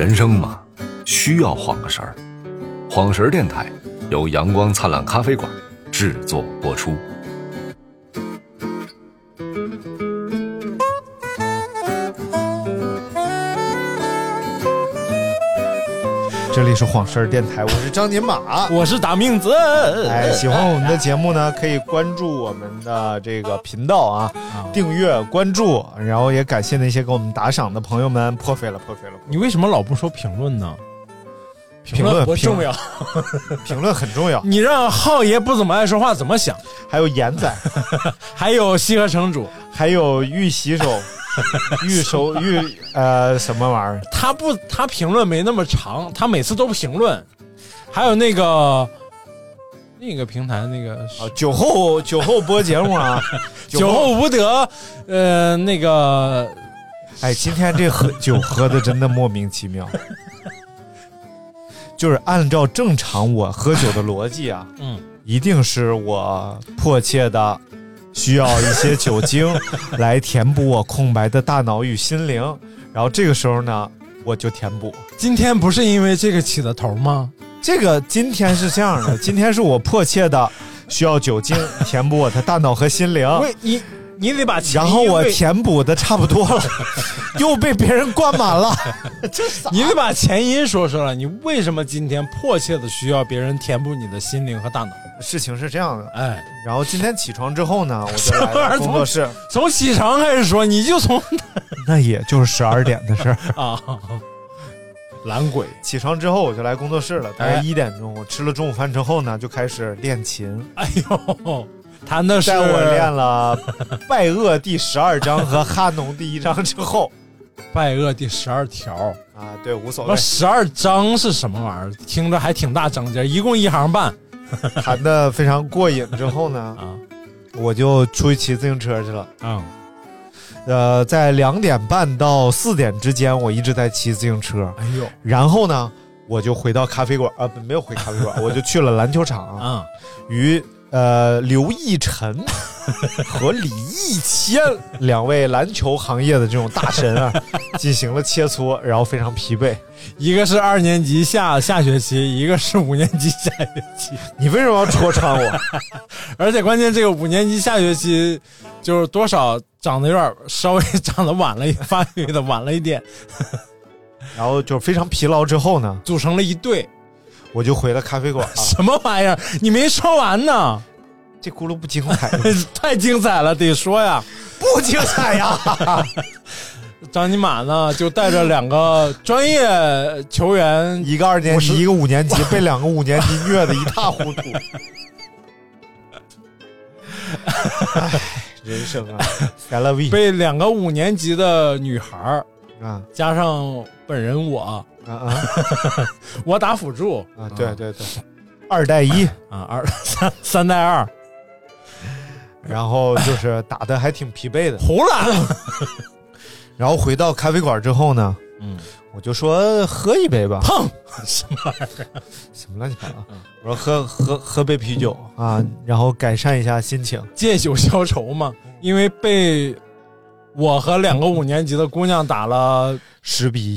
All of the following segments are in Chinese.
人生嘛，需要晃个神儿。晃神儿电台由阳光灿烂咖啡馆制作播出。 这里是晃神儿电台，我是张金马， 我是打命子。 哎，喜欢我们的节目呢，可以关注我们的这个频道啊，订阅关注，然后也感谢那些给我们打赏的朋友们，破费了。 你为什么老不说评论呢？评论不重要， 评论很重要。 你让浩爷不怎么爱说话怎么想？ 还有严仔， 还有西河城主， 还有玉洗手。什么玩意儿？ 他评论没那么长，他每次都评论。还有那个平台那个酒后播节目啊， 酒后无德，那个， 哎，今天这酒喝的真的莫名其妙。就是按照正常我喝酒的逻辑啊，一定是我迫切的需要一些酒精来填补我空白的大脑与心灵，然后这个时候呢，我就填补。 今天不是因为这个起的头吗？ 这个今天是这样的，今天是我迫切的需要酒精填补我的大脑和心灵。 你得把前， 然后我填补的差不多了，又被别人灌满了。 你得把前因说出来，你为什么今天迫切的需要别人填补你的心灵和大脑？ 事情是这样的， 哎， 然后今天起床之后呢，我就来了工作室。 从起床开始说，你就从那也就是12点的事儿啊。懒鬼， 起床之后我就来工作室了，大概1点钟，我吃了中午饭之后呢，就开始练琴。 哎呦，弹的是在我练了拜厄第12章和哈农第1章之后， 拜厄第12条啊，对，无所谓。 12章是什么玩意儿？听着还挺大章节，一共1行半。 弹得非常过瘾之后呢，我就出去骑自行车去了。在2点半到4点之间，我一直在骑自行车。 哎呦， 然后呢，我就回到咖啡馆没有回咖啡馆，我就去了篮球场与刘奕晨和李义谦2位篮球行业的这种大神啊，进行了切磋，然后非常疲惫。 一个是2年级下学期，一个是5年级下学期。你为什么要戳穿我？ 而且关键这个5年级下学期就是多少长得有点稍微长得晚了，发育的晚了一点。 然后就非常疲劳之后呢， 组成了一队。 我就回了咖啡馆。 什么玩意儿？你没说完呢？ 这轱辘不精彩太精彩了，得说呀。 不精彩呀。 张金马呢就带着2个专业球员， 一个2年级一个5年级，被2个5年级虐得一塌糊涂。唉，人生啊， 被2个5年级的女孩加上本人我我打辅助对，2带1 3带2， 然后就是打得还挺疲惫的， 胡了。 然后回到咖啡馆之后呢，我就说喝一杯吧。 碰什么玩意儿？ 什么乱七八糟？我说喝杯啤酒啊，然后改善一下心情， 借酒消愁嘛。因为被我和2个5年级的姑娘打了 10比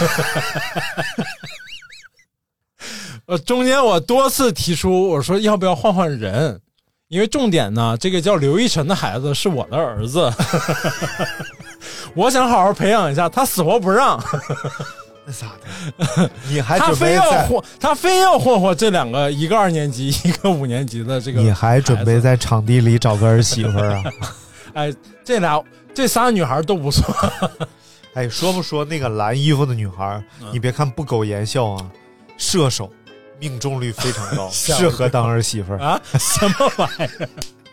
1。中间我多次提出，我说要不要换换人，因为重点呢，这个叫刘奕晨的孩子是我的儿子。我想好好培养一下，他死活不让。 那咋的？你还准备他非要霍霍这2个，一个2年级，一个5年级的这个。 你还准备在场地里找个儿媳妇啊？ 哎，这仨女孩都不错。 哎，说不说那个蓝衣服的女孩？你别看不苟言笑啊，射手命中率非常高，适合当儿媳妇啊？什么玩意儿？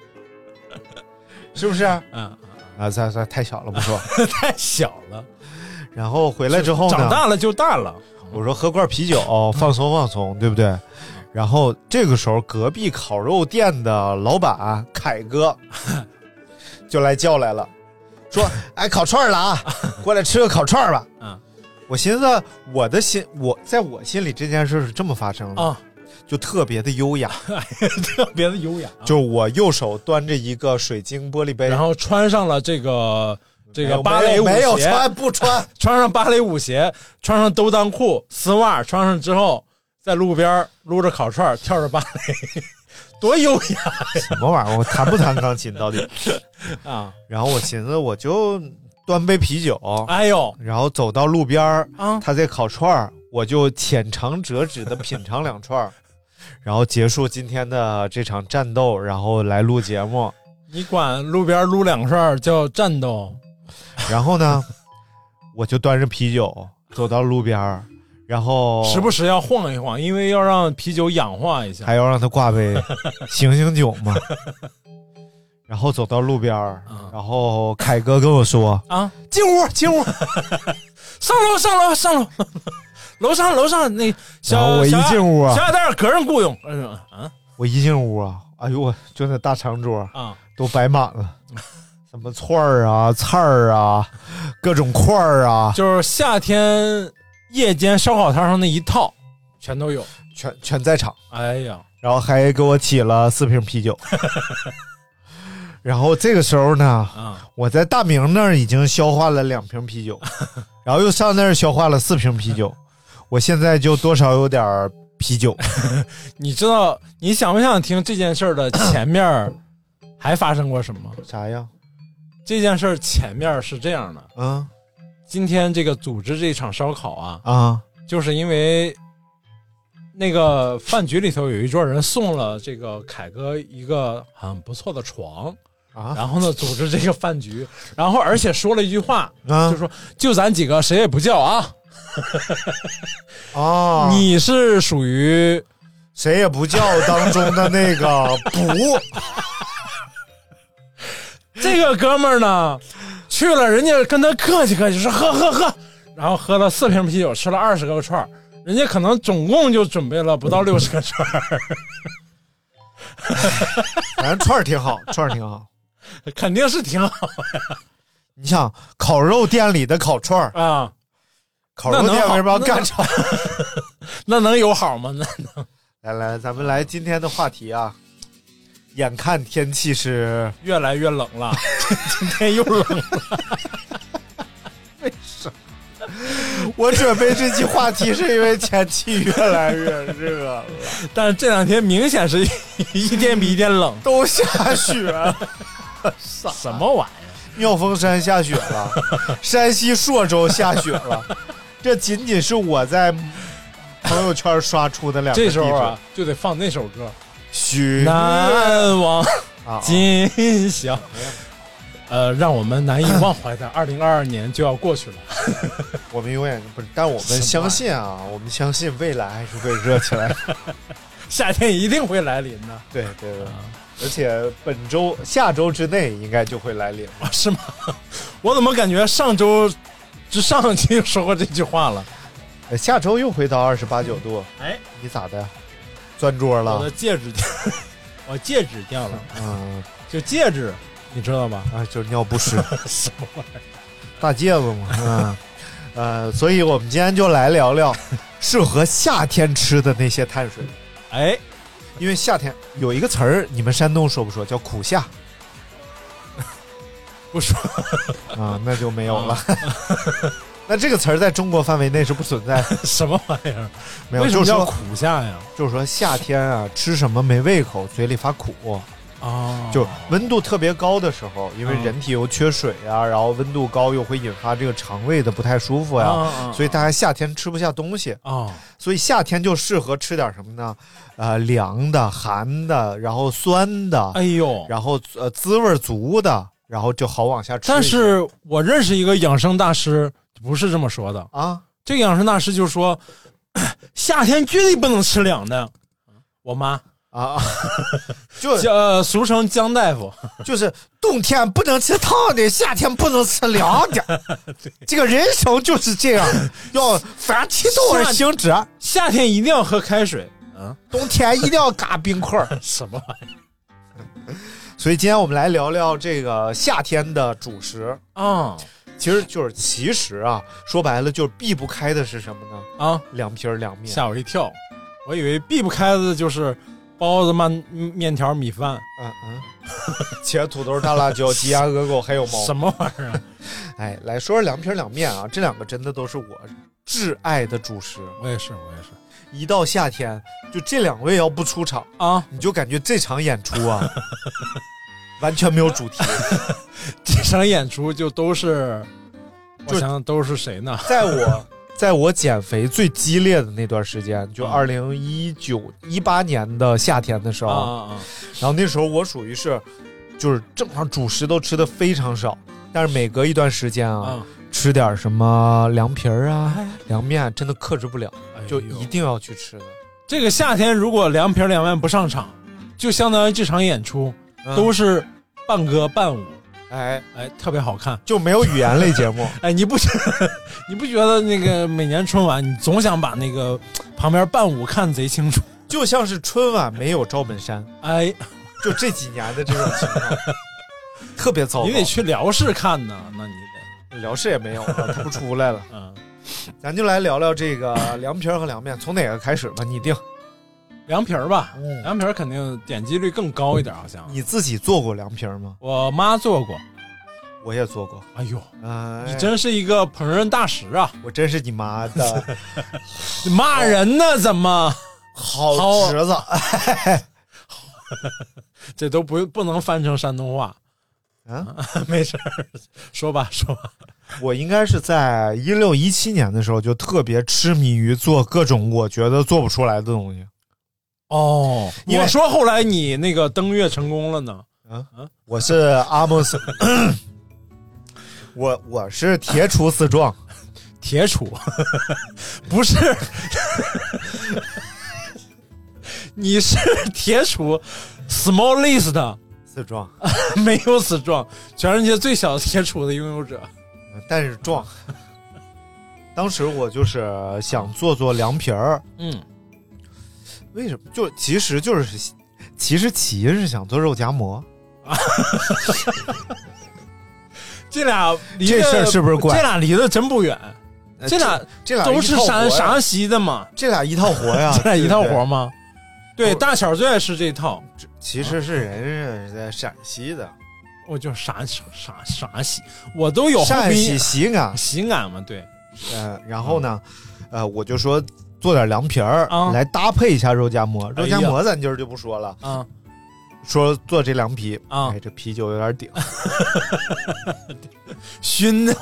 是不是？太小了不说。 太小了。 然后回来之后呢， 长大了就大了。 我说喝罐啤酒，放松，对不对？然后这个时候，隔壁烤肉店的老板凯哥就来叫来了，说：“哎，烤串了啊，过来吃个烤串吧。”我寻思，在我心里这件事是这么发生的啊，就特别的优雅， 特别的优雅。 就我右手端着一个水晶玻璃杯， 然后穿上了这个这个芭蕾舞鞋， 没有穿不穿， 穿上芭蕾舞鞋，穿上兜裆裤、丝袜，穿上之后在路边撸着烤串跳着芭蕾，多优雅呀！ 什么玩意儿？我弹不弹钢琴到底啊？ 然后我寻思我就端杯啤酒， 哎呦， 然后走到路边啊， 他在烤串，我就浅尝辄止的品尝2串，然后结束今天的这场战斗，然后来录节目。 你管路边撸2串叫战斗？ 然后呢，我就端着啤酒走到路边，然后时不时要晃一晃，因为要让啤酒氧化一下， 还要让它挂杯醒醒酒嘛。然后走到路边，然后凯哥跟我说：“ 啊， 进屋，进屋， 上楼，楼上那小。” 然后我一进屋啊， 小矮蛋个人雇佣， 我一进屋啊，哎呦我就那大长桌啊， 都摆满了。什么串儿啊、菜儿啊、各种块儿啊， 就是夏天夜间烧烤摊上那一套，全都有， 全在场。 哎呀， 然后还给我起了4瓶啤酒。然后这个时候呢，我在大明那儿已经消化了2瓶啤酒，然后又上那儿消化了4瓶啤酒，我现在就多少有点啤酒。 你知道，你想不想听这件事的前面还发生过什么？ 啥呀？ 这件事前面是这样的，今天这个组织这场烧烤啊，就是因为那个饭局里头有一桌人送了这个凯哥一个很不错的床啊，然后呢组织这个饭局，然后而且说了一句话，就说就咱几个谁也不叫啊。 哦， 你是属于谁也不叫当中的那个不。 这个哥们儿呢，去了，人家跟他客气客气，说喝，然后喝了4瓶啤酒，吃了20个串，人家可能总共就准备了不到60个串。 反正串儿挺好， 肯定是挺好呀。 你想烤肉店里的烤串儿啊， 烤肉店为什么要干炒？ 那能有好吗？那能。 来，咱们来今天的话题啊。眼看天气是越来越冷了，今天又冷了。 为什么？我准备这期话题是因为天气越来越热了， 但是这2天明显是一天比一天冷， 都下雪了。 什么玩意儿？ 妙峰山下雪了，山西朔州下雪了，这仅仅是我在朋友圈刷出的2个地方。 这时候啊，就得放那首歌。 雪难忘今宵，让我们难以忘怀的2022年就要过去了。 我们永远不是，但我们相信啊，我们相信未来还是会热起来， 夏天一定会来临的。 对，而且下周之内应该就会来临了， 是吗？我怎么感觉上周之上期就说过这句话了？ 下周又回到28、9度。 哎， 你咋的？钻桌了？ 我的戒指掉，我戒指掉了。就戒指，你知道吧？ 就是尿不湿。 什么玩意儿？ 大戒指嘛。所以我们今天就来聊聊适合夏天吃的那些碳水。 哎， 因为夏天有一个词儿，你们山东说不说？叫苦夏。 不说啊，那就没有了。那这个词儿在中国范围内是不存在。 什么玩意儿？ 没有， 为什么叫苦夏呀？ 就是说夏天啊，吃什么没胃口，嘴里发苦。就温度特别高的时候，因为人体又缺水啊，然后温度高又会引发这个肠胃的不太舒服呀，所以大家夏天吃不下东西所以夏天就适合吃点什么呢？凉的、寒的，然后酸的， 哎呦， 然后滋味足的，然后就好往下吃。 但是我认识一个养生大师，不是这么说的啊。 这个养生大师就说，夏天绝对不能吃凉的。我妈。 就俗称江大夫， 就是冬天不能吃烫的，夏天不能吃凉的。这个人生就是这样，要反其道而行之。 夏天一定要喝开水， 冬天一定要嘎冰块。 什么玩意儿？ 所以今天我们来聊聊这个夏天的主食其实啊，说白了就是避不开的是什么呢？凉皮凉面。 吓我一跳，我以为避不开的就是包子、面条、米饭， 切土豆、大辣椒、鸡鸭鹅狗还有猫， 什么玩意儿？ 哎，来说说凉皮凉面啊，这两个真的都是我挚爱的主食。 我也是。 一到夏天，就这两位要不出场啊， 你就感觉这场演出啊，完全没有主题。 这场演出就都是，我想想都是谁呢？ 在我减肥最激烈的那段时间，就2018年的夏天的时候，然后那时候我属于是，就是正常主食都吃的非常少，但是每隔一段时间吃点什么凉皮啊、凉面，真的克制不了，就一定要去吃的。 这个夏天如果凉皮凉面不上场，就相当于这场演出都是半歌半舞，特别好看， 就没有语言类节目。 你不觉得那个每年春晚你总想把那个旁边伴舞看贼清楚， 就像是春晚没有赵本山，就这几年的这种情况特别糟糕。 你得去辽视看呢，那你得辽视也没有了，他不出来了。咱就来聊聊这个凉皮和凉面，从哪个开始吧？你定。 凉皮吧，凉皮肯定点击率更高一点，好像。 你自己做过凉皮吗？ 我妈做过， 我也做过。 哎呦，你真是一个烹饪大师啊！ 我真是你妈的， 骂人呢？怎么？ 好侄子， 这都不能翻成山东话。没事，说吧。 我应该是在16、17年的时候就特别痴迷于做各种我觉得做不出来的东西。 我说后来你那个登月成功了呢？ 我是阿莫斯，我是铁杵丝状， 铁杵不是，你是铁杵 smallest 丝状， 没有丝状，全世界最小的铁杵的拥有者， 但是壮。当时我就是想做凉皮儿，为什么？其实是想做肉夹馍。 这俩离这事儿是不是怪？ 这俩离得真不远，这俩都是陕西的嘛， 这俩一套活呀， 这俩一套活吗？对，大巧最爱吃这套。 其实是人是在陕西的， 我就陕西，我都有陕西西安嘛，对。 然后呢，我就说做点凉皮儿来搭配一下肉夹馍。肉夹馍咱今儿就不说了说做这凉皮这啤酒有点顶， 熏的。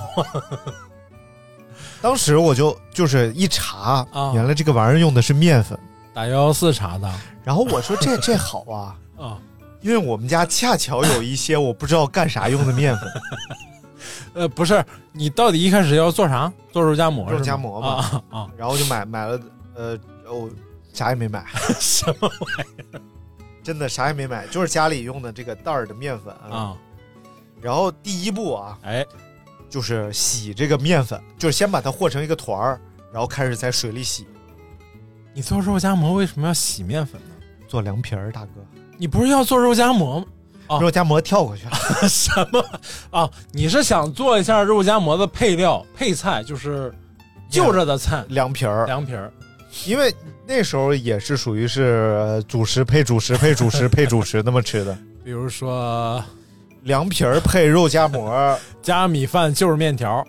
当时我就是一查原来这个玩意儿用的是面粉， 打114查的。 然后我说这好啊，因为我们家恰巧有一些我不知道干啥用的面粉。 不是，你到底一开始要做啥？做肉夹馍？ 肉夹馍嘛然后就买了，啥也没买。 什么玩意儿？ 真的啥也没买，就是家里用的这个袋儿的面粉然后第一步就是洗这个面粉，就是先把它和成一个团儿，然后开始在水里洗。 你做肉夹馍为什么要洗面粉呢？ 做凉皮儿，大哥， 你不是要做肉夹馍吗？ 肉夹馍跳过去了。 什么你是想做一下肉夹馍的配料配菜，就是就着的菜， 凉皮儿。因为那时候也是属于是主食配主食配主食配主食那么吃的。 比如说凉皮儿配肉夹馍加米饭就是面条。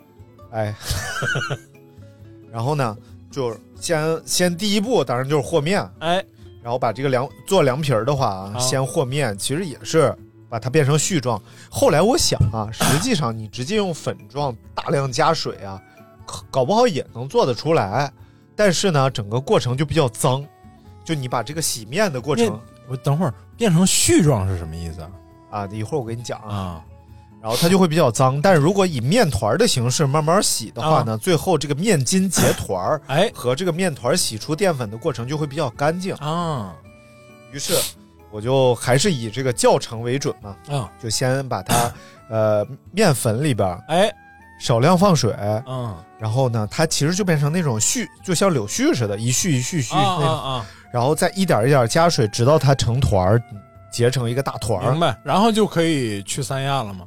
然后呢就先第一步当然就是和面。然后把这个做凉皮儿的话先和面，其实也是把它变成絮状。后来我想实际上你直接用粉状大量加水搞不好也能做得出来，但是呢整个过程就比较脏，就你把这个洗面的过程， 我等会儿变成絮状是什么意思一会儿我跟你讲然后它就会比较脏。但是如果以面团的形式慢慢洗的话呢最后这个面筋结团和这个面团洗出淀粉的过程就会比较干净于是我就还是以这个教程为准嘛就先把它面粉里边少量放水然后呢它其实就变成那种絮，就像柳絮似的，一絮一絮那种然后再一点一点加水，直到它成团结成一个大团。 明白。然后就可以去三亚了吗？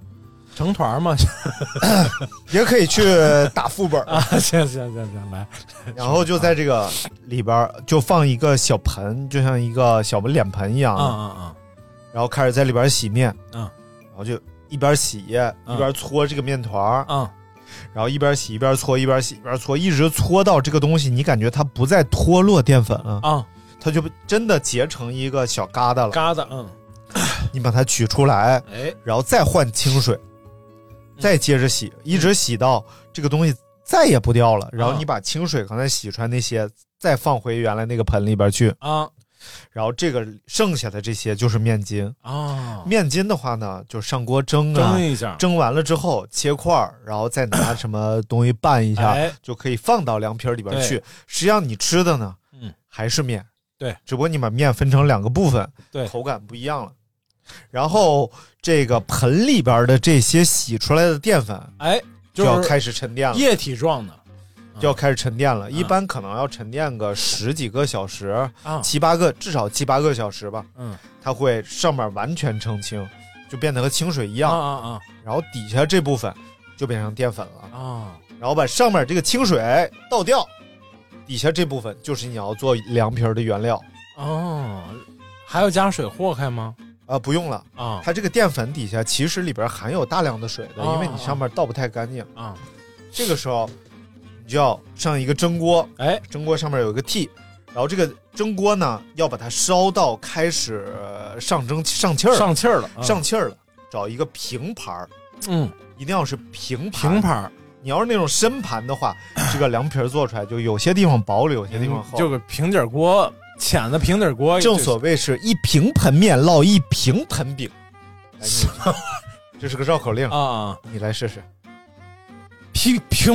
成团嘛， 也可以去打副本啊。行，来。 然后就在这个里边就放一个小盆，就像一个小脸盆一样的，然后开始在里边洗面，然后就一边洗一边搓这个面团，然后一边洗一边搓，一边洗一边搓，一直搓到这个东西你感觉它不再脱落淀粉了它就真的结成一个小疙瘩了。你把它取出来，然后再换清水，再接着洗，一直洗到这个东西再也不掉了，然后你把清水刚才洗出来那些再放回原来那个盆里边去然后这个剩下的这些就是面筋面筋的话呢，就上锅蒸一下， 蒸完了之后切块，然后再拿什么东西拌一下，就可以放到凉皮里边去。实际上你吃的呢，还是面， 对， 只不过你把面分成2个部分， 对， 口感不一样了。然后这个盆里边的这些洗出来的淀粉，就要开始沉淀了， 液体状的。 就要开始沉淀了，一般可能要沉淀个10几个小时，7、8个，至少7、8个小时吧。它会上面完全澄清，就变得和清水一样然后底下这部分就变成淀粉了然后把上面这个清水倒掉，底下这部分就是你要做凉皮的原料还要加水和开吗？ 不用了它这个淀粉底下其实里边含有大量的水的，因为你上面倒不太干净这个时候你就要上一个蒸锅，蒸锅上面有一个屉，然后这个蒸锅呢要把它烧到开始上气儿了，找一个平盘一定要是平盘。你要是那种深盘的话，这个凉皮做出来就有些地方薄了，有些地方厚。 就个平底锅，浅的平底锅， 正所谓是一平盆面烙一平盆饼。这是个绕口令你来试试。 平，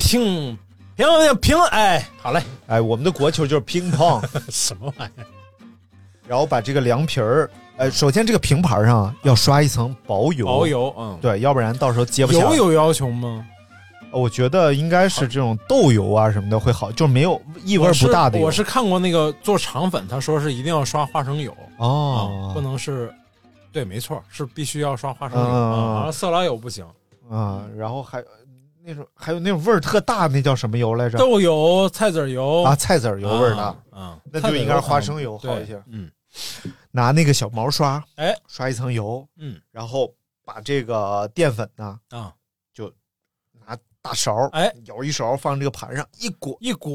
好嘞， 我们的国球就是乒乓， 什么玩意儿？ 然后把这个凉皮儿，首先这个平盘上要刷一层薄油，对，要不然到时候接不下来。 油有要求吗？ 我觉得应该是这种豆油啊什么的会好，就没有异味不大的油。 我是看过那个做肠粉，他说是一定要刷花生油不能是，对，没错，是必须要刷花生油色拉油不行然后还有那种味儿特大，那叫什么油来着？ 豆油、菜籽油菜籽油味儿大那就应该是花生油好一些。拿那个小毛刷，刷一层油，然后把这个淀粉呢，就拿大勺，舀一勺放这个盘上，一滚，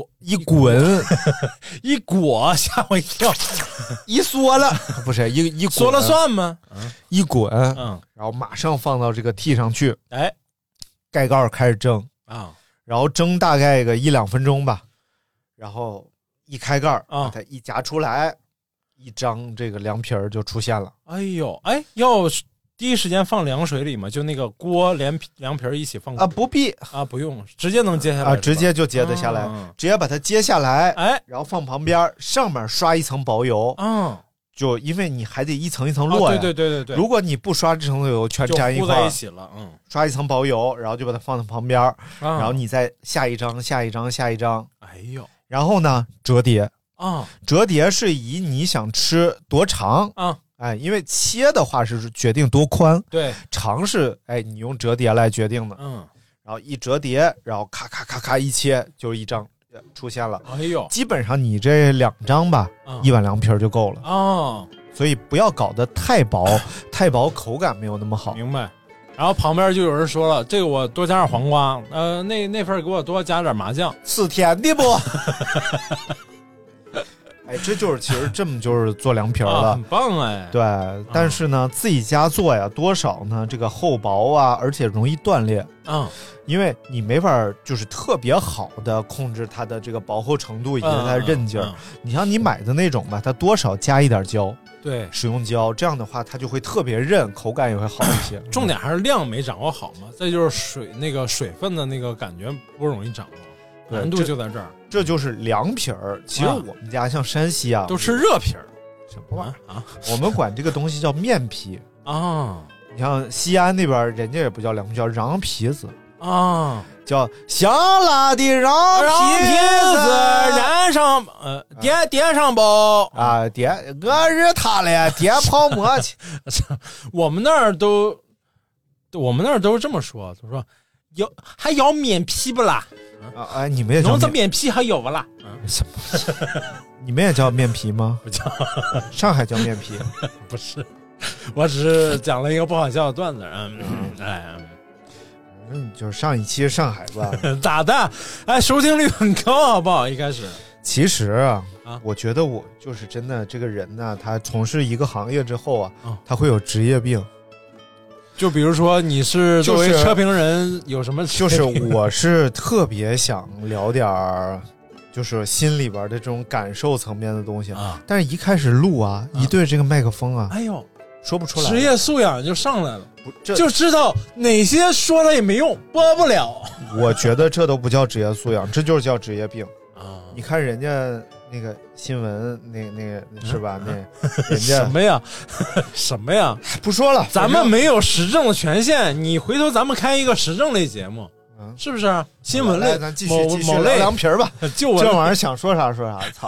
一裹，吓我一跳， 一缩了，不是一缩了算吗？ 一滚，然后马上放到这个屉上去，盖盖开始蒸然后蒸大概个1-2分钟吧，然后一开盖把它一夹出来，一张这个凉皮儿就出现了。 要第一时间放凉水里吗？就那个锅连凉皮儿一起放不必不用，直接能接下来直接就接得下来直接把它接下来然后放旁边，上面刷一层薄油就因为你还得一层一层落呀对， 如果你不刷这层油全粘一块就糊在一起了刷一层薄油，然后就把它放在旁边然后你再下一张然后呢折叠折叠是以你想吃多长因为切的话是决定多宽， 对， 长是你用折叠来决定的然后一折叠，然后咔咔咔咔一切就一张出现了。基本上你这2张吧一碗凉皮就够了所以不要搞得太薄太薄口感没有那么好。 明白。然后旁边就有人说了，这个我多加点黄瓜那份给我多加点麻酱， 是甜的不这就是其实这么就是做凉皮了很棒对但是呢自己家做呀多少呢这个厚薄而且容易断裂因为你没法就是特别好的控制它的这个薄厚程度以及它的韧劲你像你买的那种吧，它多少加一点胶， 对， 使用胶，这样的话它就会特别韧，口感也会好一些重点还是量没掌握好嘛，再就是水分的那个感觉不容易掌握，难度就在这儿。 这就是凉皮儿。其实我们家像山西都吃热皮儿， 什么玩意儿我们管这个东西叫面皮你像西安那边人家也不叫凉皮，叫瓤皮子叫香辣的瓤皮子燃上点上包点我日他了点泡馍去我们那儿都我们那儿都是这么说，都说还要面皮不啦？ 哎，你们也叫侬这面皮还有不啦？ 什么？你们也叫面皮吗？ 不叫， 上海叫面皮， 不是，我只是讲了一个不好笑的段子。 就是上一期上海吧， 咋的？哎，收听率很高，好不好？一开始， 其实我觉得我就是真的，这个人呢，他从事一个行业之后他会有职业病。 就比如说你是作为车评人有什么？ 就是我是特别想聊点儿，就是心里边的这种感受层面的东西但是一开始录一对这个麦克风哎呦， 说不出来， 职业素养就上来了，就知道哪些说了也没用，播不了。 我觉得这都不叫职业素养，这就是叫职业病你看人家那个新闻，那个是吧？那人家什么呀？什么呀？ 不说了， 咱们没有时政的权限。你回头咱们开一个时政类节目，是不是？新闻类， 咱继续某类凉皮吧。 就我这玩意儿想说啥说啥，操！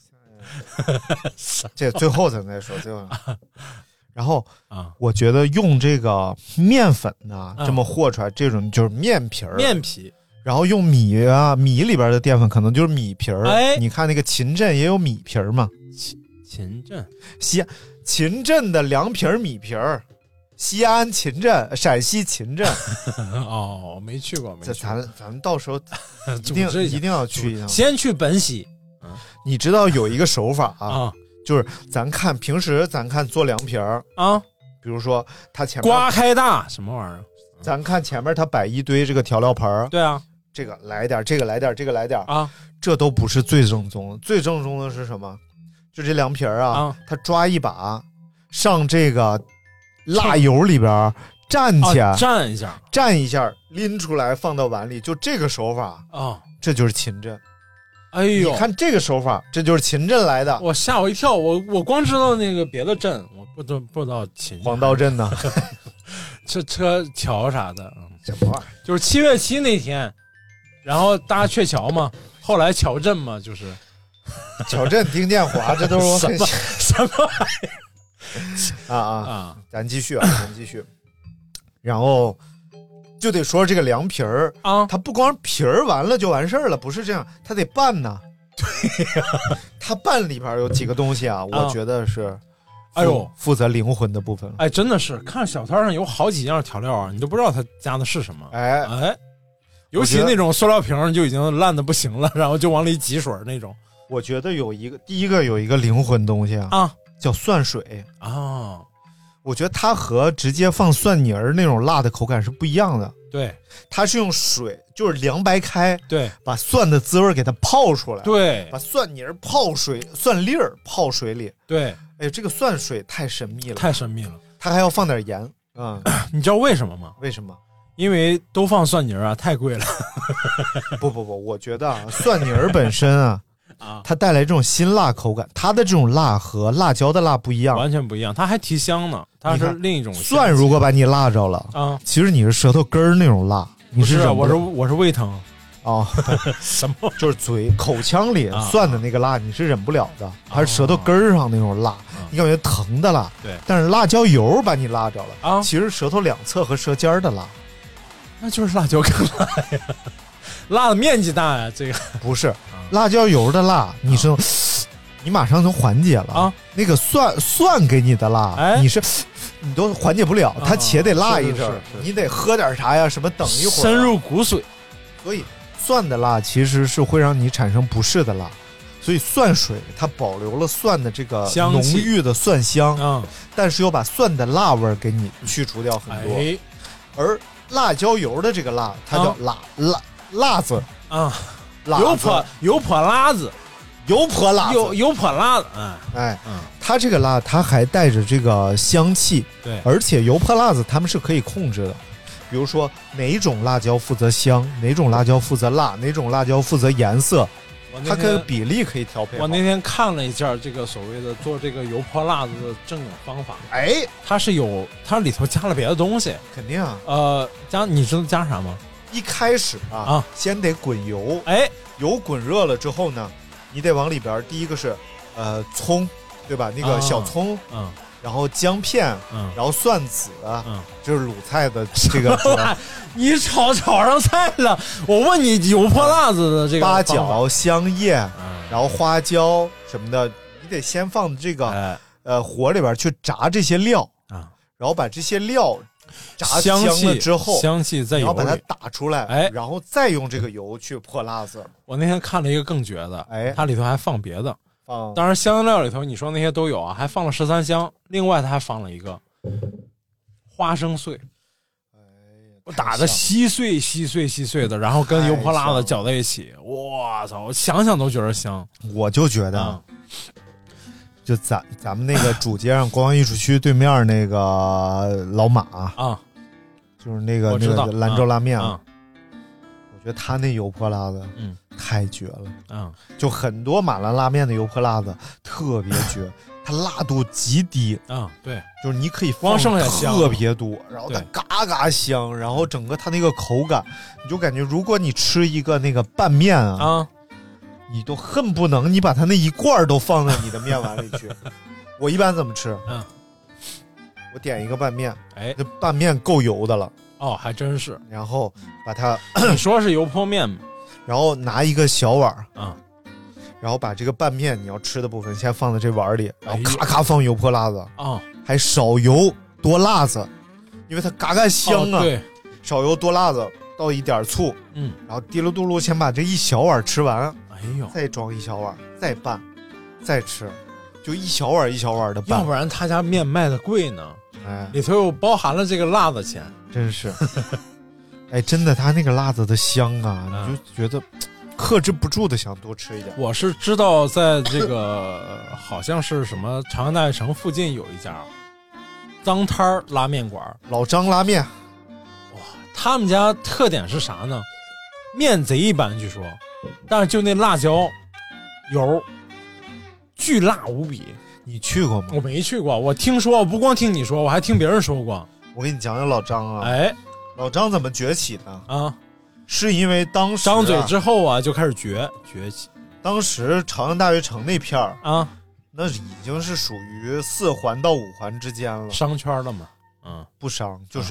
这最后咱再说，最后。然后我觉得用这个面粉呢，这么和出来，这种就是面皮儿， 面皮。 然后用米里边的淀粉可能就是米皮儿。 哎， 你看那个秦镇也有米皮儿嘛？ 秦镇， 秦镇的凉皮儿、米皮儿，西安秦镇，陕西秦镇。 哦，没去过，没去过。 咱们到时候一定要去一趟。 先去本溪。 你知道有一个手法就是平时咱看做凉皮儿比如说他前面瓜开大什么玩意儿， 咱看前面他摆一堆这个调料盆对啊。 这个来点，这个来点，这个来点这都不是最正宗的。最正宗的是什么？就这凉皮儿他抓一把，上这个辣油里边蘸起来，蘸一下，拎出来放到碗里，就这个手法这就是秦镇。 哎呦， 你看这个手法，这就是秦镇来的。 我吓我一跳，我光知道那个别的镇，我不知道秦黄道镇呢， 车桥啥的， 什么玩意儿？ 就是7月7那天。然后搭鹊桥嘛，后来桥镇嘛，就是桥镇、丁建华，这都是什么玩意儿咱继续咱继续。然后就得说这个凉皮儿它不光皮儿完了就完事儿了，不是这样，它得拌呢。对呀，它拌里边有几个东西我觉得是，负责灵魂的部分。 哎，真的是看小摊上有好几样调料你都不知道它加的是什么。哎。尤其那种塑料瓶就已经烂的不行了，然后就往里挤水那种。 我觉得第一个有一个灵魂东西叫蒜水我觉得它和直接放蒜泥儿那种辣的口感是不一样的。 对， 它是用水，就是凉白开， 对， 把蒜的滋味给它泡出来， 对， 把蒜泥儿蒜粒儿泡水里， 对。 哎，这个蒜水太神秘了， 太神秘了。 它还要放点盐你知道为什么吗？ 为什么？ 因为都放蒜泥太贵了。 不，我觉得蒜泥本身它带来这种辛辣口感，它的这种辣和辣椒的辣不一样， 完全不一样，它还提香呢，它是另一种蒜。如果把你辣着了其实你是舌头根儿那种辣，你是我是胃疼什么？ 就是口腔里蒜的那个辣你是忍不了的，还是舌头根儿上那种辣你感觉疼的辣。 对， 但是辣椒油把你辣着了其实舌头两侧和舌尖的辣。 那就是辣椒更辣呀，辣的面积大呀。这个不是辣椒油的辣，你马上能缓解了那个蒜给你的辣，你都缓解不了，它且得辣一阵，你得喝点啥呀？什么等一会儿深入骨髓。 所以蒜的辣其实是会让你产生不适的辣，所以蒜水它保留了蒜的这个浓郁的蒜香但是又把蒜的辣味给你去除掉很多。而辣椒油的这个辣，它叫辣子油泼辣子， 它这个辣它还带着这个香气， 对， 而且油泼辣子它们是可以控制的。比如说哪种辣椒负责香，哪种辣椒负责辣，哪种辣椒负责颜色，它跟比例可以调配好。 我那天看了一下这个所谓的做这个油泼辣子的正经方法，它里头加了别的东西， 肯定你知道加啥吗？ 一开始先得滚油，油滚热了之后呢，你得往里边第一个是葱，对吧？那个小葱， 然后姜片，然后蒜籽，就是鲁菜的这个你炒上菜了，我问你油泼辣子的这个八角、香叶，然后花椒什么的，你得先放这个火里边去炸这些料啊，然后把这些料炸香了之后， 香气在油里， 然后把它打出来，然后再用这个油去泼辣子。 我那天看了一个更绝的，它里头还放别的。当然香料里头你说那些都有啊，还放了13香，另外它还放了一个花生碎，我打的稀碎的，然后跟油泼辣子搅在一起，我操，我想想都觉得香。 我就觉得就咱们那个主街上国王艺术区对面那个老马啊，就是那个兰州拉面我觉得他那油泼辣子太绝了，就很多马兰拉面的油泼辣子特别绝，它辣度极低对， 就是你可以放特别多，然后它嘎嘎香，然后整个它那个口感，你就感觉如果你吃一个那个拌面你都恨不能你把它那一罐都放在你的面碗里去。我一般怎么吃？我点一个拌面，那拌面够油的了。 还真是。 然后把它， 你说是油泼面吗？ 然后拿一个小碗然后把这个拌面你要吃的部分先放在这碗里，然后咔咔放油泼辣子还少油多辣子，因为它嘎嘎香啊。 对， 少油多辣子，倒一点醋，然后滴噜嘟噜先把这一小碗吃完，再装一小碗，再拌，再吃，就一小碗一小碗的拌。 要不然他家面卖的贵呢，里头又包含了这个辣子钱， 真是。真的，他那个辣子的香啊，你就觉得克制不住的想多吃一点。 我是知道在这个好像是什么长安大悦城附近有一家脏摊拉面馆， 老张拉面。 哇，他们家特点是啥呢？面贼一般据说，但是就那辣椒油巨辣无比。 你去过吗？ 我没去过，我听说，我不光听你说，我还听别人说过。 我给你讲讲老张啊。老张怎么崛起的是因为当时张嘴之后就开始崛起。 当时长安大悦城那片那已经是属于4环到5环之间了， 商圈了嘛。 不商，就是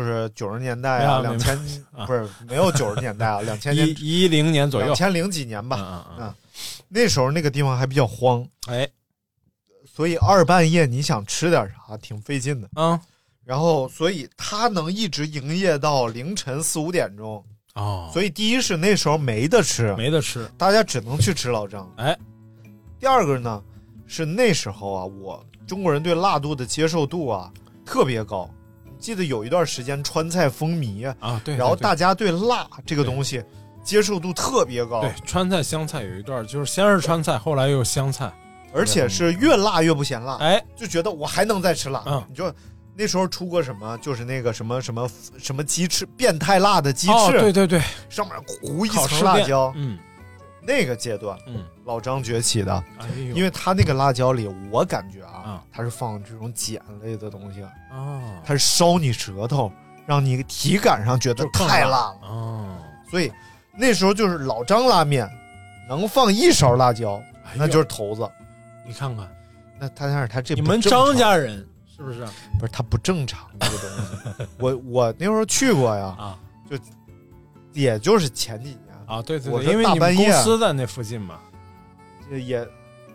90年代2000不是没有90年代2000年 10年左右 ，2000几年吧。那时候那个地方还比较荒，所以二半夜你想吃点啥挺费劲的然后所以他能一直营业到凌晨4、5点钟所以第一是那时候没得吃，大家只能去吃老张。第二个呢是那时候我中国人对辣度的接受度特别高。记得有一段时间川菜风靡对， 然后大家对辣这个东西接受度特别高。 对，川菜湘菜有一段就是先是川菜，后来又湘菜， 而且是越辣越不嫌辣。就觉得我还能再吃辣。你就那时候出过什么，就是那个什么鸡翅，变态辣的鸡翅， 对， 上面糊一层辣椒，那个阶段，老张崛起的，因为他那个辣椒里，我感觉他是放这种碱类的东西他是烧你舌头，让你体感上觉得太辣了所以那时候就是老张拉面能放1勺辣椒，那就是头子。 你看看， 那他这你们张家人。是不是？ 不是，它不正常这个东西。我那时候去过呀，就也就是前几年对， 我因为你们公司在那附近嘛， 也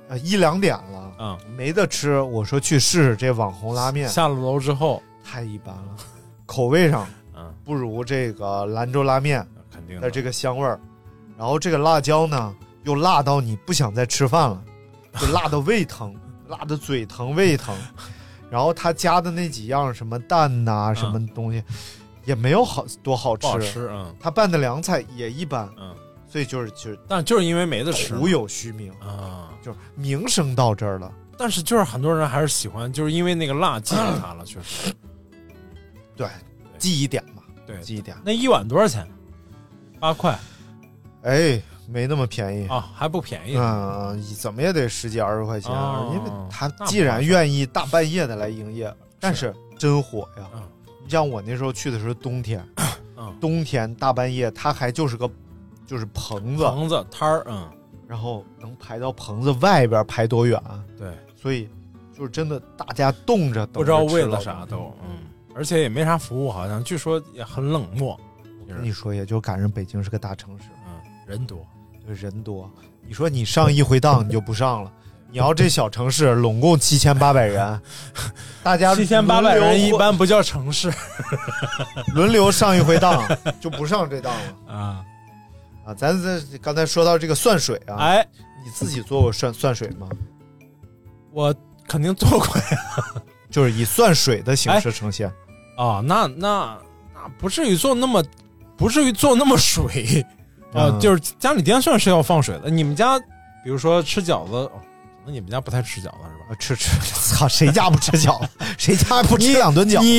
1、2点了没得吃。我说去试试这网红拉面， 下了楼之后太一般了，口味上不如这个兰州拉面肯定的这个香味儿。然后这个辣椒呢，又辣到你不想再吃饭了，就辣到胃疼，辣的嘴疼胃疼。然后他加的那几样什么蛋什么东西也没有多好吃， 不好吃他拌的凉菜也一般所以但就是因为没得吃， 徒有虚名就是名声到这儿了。 但是就是很多人还是喜欢，就是因为那个辣记住它了，确实。 对，记一点嘛， 对， 记一点。 那一碗多少钱？8块。 没那么便宜还不便宜怎么也得10几20块钱因为他既然愿意大半夜的来营业，但是真火呀你像我那时候去的时候冬天冬天大半夜他还就是棚子摊儿然后能排到棚子外边排多远对， 所以就是真的大家冻着， 不知道为了啥都，而且也没啥服务，好像据说也很冷漠。 我跟你说，也就赶上北京是个大城市， 人多， 人多。你说你上一回当你就不上了，你要这小城市拢共7800人，大家 7800人一般不叫城市， 轮流上一回当就不上这当了啊！ 咱刚才说到这个涮水啊， 哎， 你自己做过涮水吗？ 我肯定做过呀， 就是以涮水的形式呈现。 那不至于做那么水就是家里颠涮是要放水的。你们家比如说吃饺子，那你们家不太吃饺子是吧？ 吃，操，谁家不吃饺子？谁家不吃2顿饺子？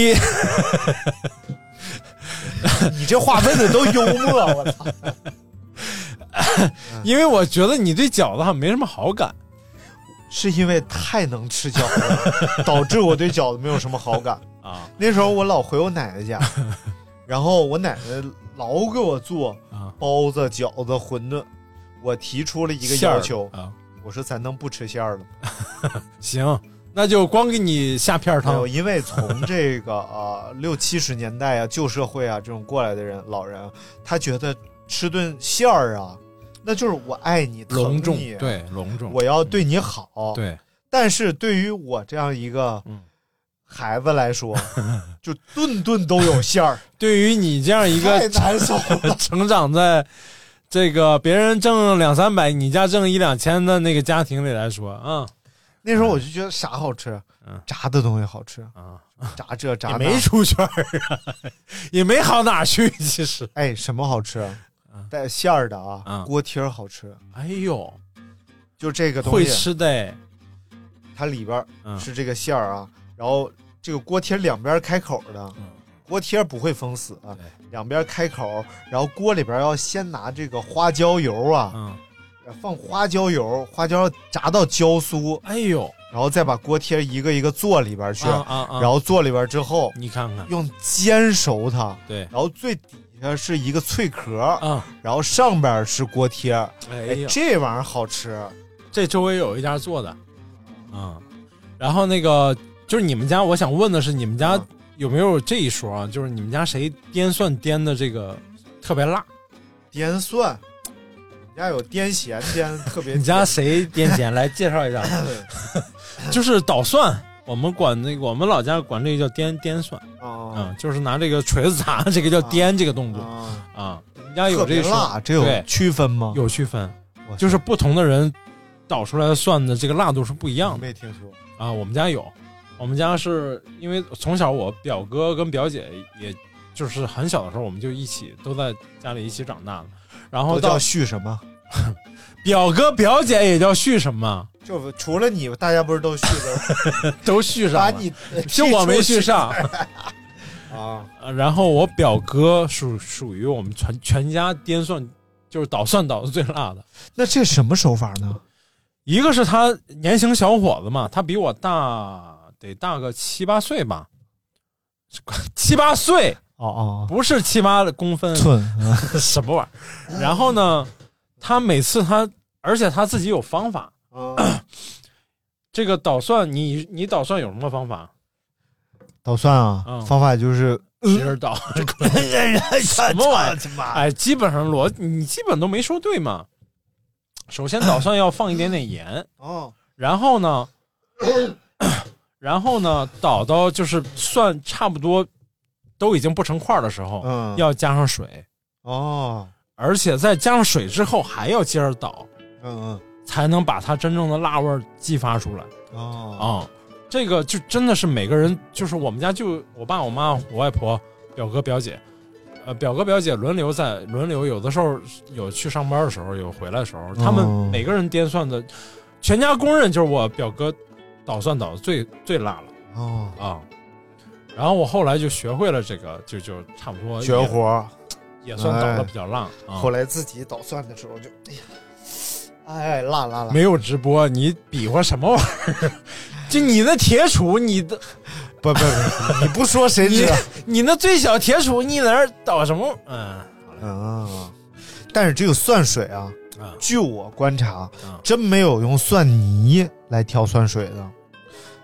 你这话问的都幽默，我操！ 因为我觉得你对饺子还没什么好感， 是因为太能吃饺子了，导致我对饺子没有什么好感啊。 那时候我老回我奶奶家，然后我奶奶老给我做包子、饺子、馄饨，我提出了一个要求我说咱能不吃馅儿了吗？ 行，那就光给你下片汤。 因为从这个60、70年代旧社会这种过来的人，老人他觉得吃顿馅儿那就是我爱你， 隆重， 疼你， 对，隆重， 我要对你好， 对。 但是对于我这样一个孩子来说，就顿顿都有馅儿。 对于你这样一个太难受了， 成长在这个别人挣200-300，你家挣1-2千的那个家庭里来说那时候我就觉得啥好吃，炸的东西好吃炸这炸那， 也没出圈也没好哪去。其实， 什么好吃？带馅儿的锅贴好吃。 哎呦， 就这个东西会吃的， 它里边是这个馅儿然后这个锅贴两边开口的，锅贴不会封死两边开口，然后锅里边要先拿这个花椒油放花椒油，花椒炸到焦酥， 哎呦， 然后再把锅贴一个一个做里边去，然后做里边之后， 你看看用煎熟它， 对， 然后最底下是一个脆壳然后上边是锅贴，这玩意儿好吃。 这周围有一家做的然后那个就是你们家，我想问的是你们家有没有这一说就是你们家谁颠蒜颠的这个特别辣？ 颠蒜你家有颠咸颠特别你家谁颠咸？来介绍一下就是捣蒜，我们管那个，我们老家管这个叫颠蒜就是拿这个锤子砸，这个叫颠这个动作你们家有这个辣，这有区分吗？ 有区分，就是不同的人捣出来的蒜的这个辣度是不一样的。 没听说我们家有，我们家是因为从小我表哥跟表姐也就是很小的时候我们就一起都在家里一起长大的，然后都叫续什么？ 表哥表姐也叫续什么？ 就除了你，大家不是都续的？ 都续上了， 把你就我没续上然后我表哥属于我们全家颠蒜，就是捣蒜捣的最辣的。 那这什么手法呢？ 一个是他年轻小伙子嘛，他比我得大个7-8岁吧，7-8岁不是7-8公分寸什么玩意儿？然后呢，他每次而且他自己有方法这个捣蒜，你捣蒜有什么方法？ 捣蒜方法就是其实捣什么玩意儿？基本上你基本都没说对嘛。首先捣蒜要放一点点盐然后呢捣到就是蒜差不多都已经不成块的时候要加上水而且在加上水之后还要接着捣才能把它真正的辣味激发出来这个就真的是每个人，就是我们家就我爸我妈我外婆表哥表姐表哥表姐轮流，有的时候有去上班的时候，有回来的时候，他们每个人颠蒜的，全家公认就是我表哥捣蒜捣的最辣了然后我后来就学会了这个，就差不多绝活， 也算捣的比较辣后来自己捣蒜的时候就辣， 没有直播，你比划什么玩意儿？就你那铁杵，你的不，你不说谁知道？ 你那最小铁杵，你在那儿捣什么？ 但是这个蒜水据我观察真没有用蒜泥来调蒜水的，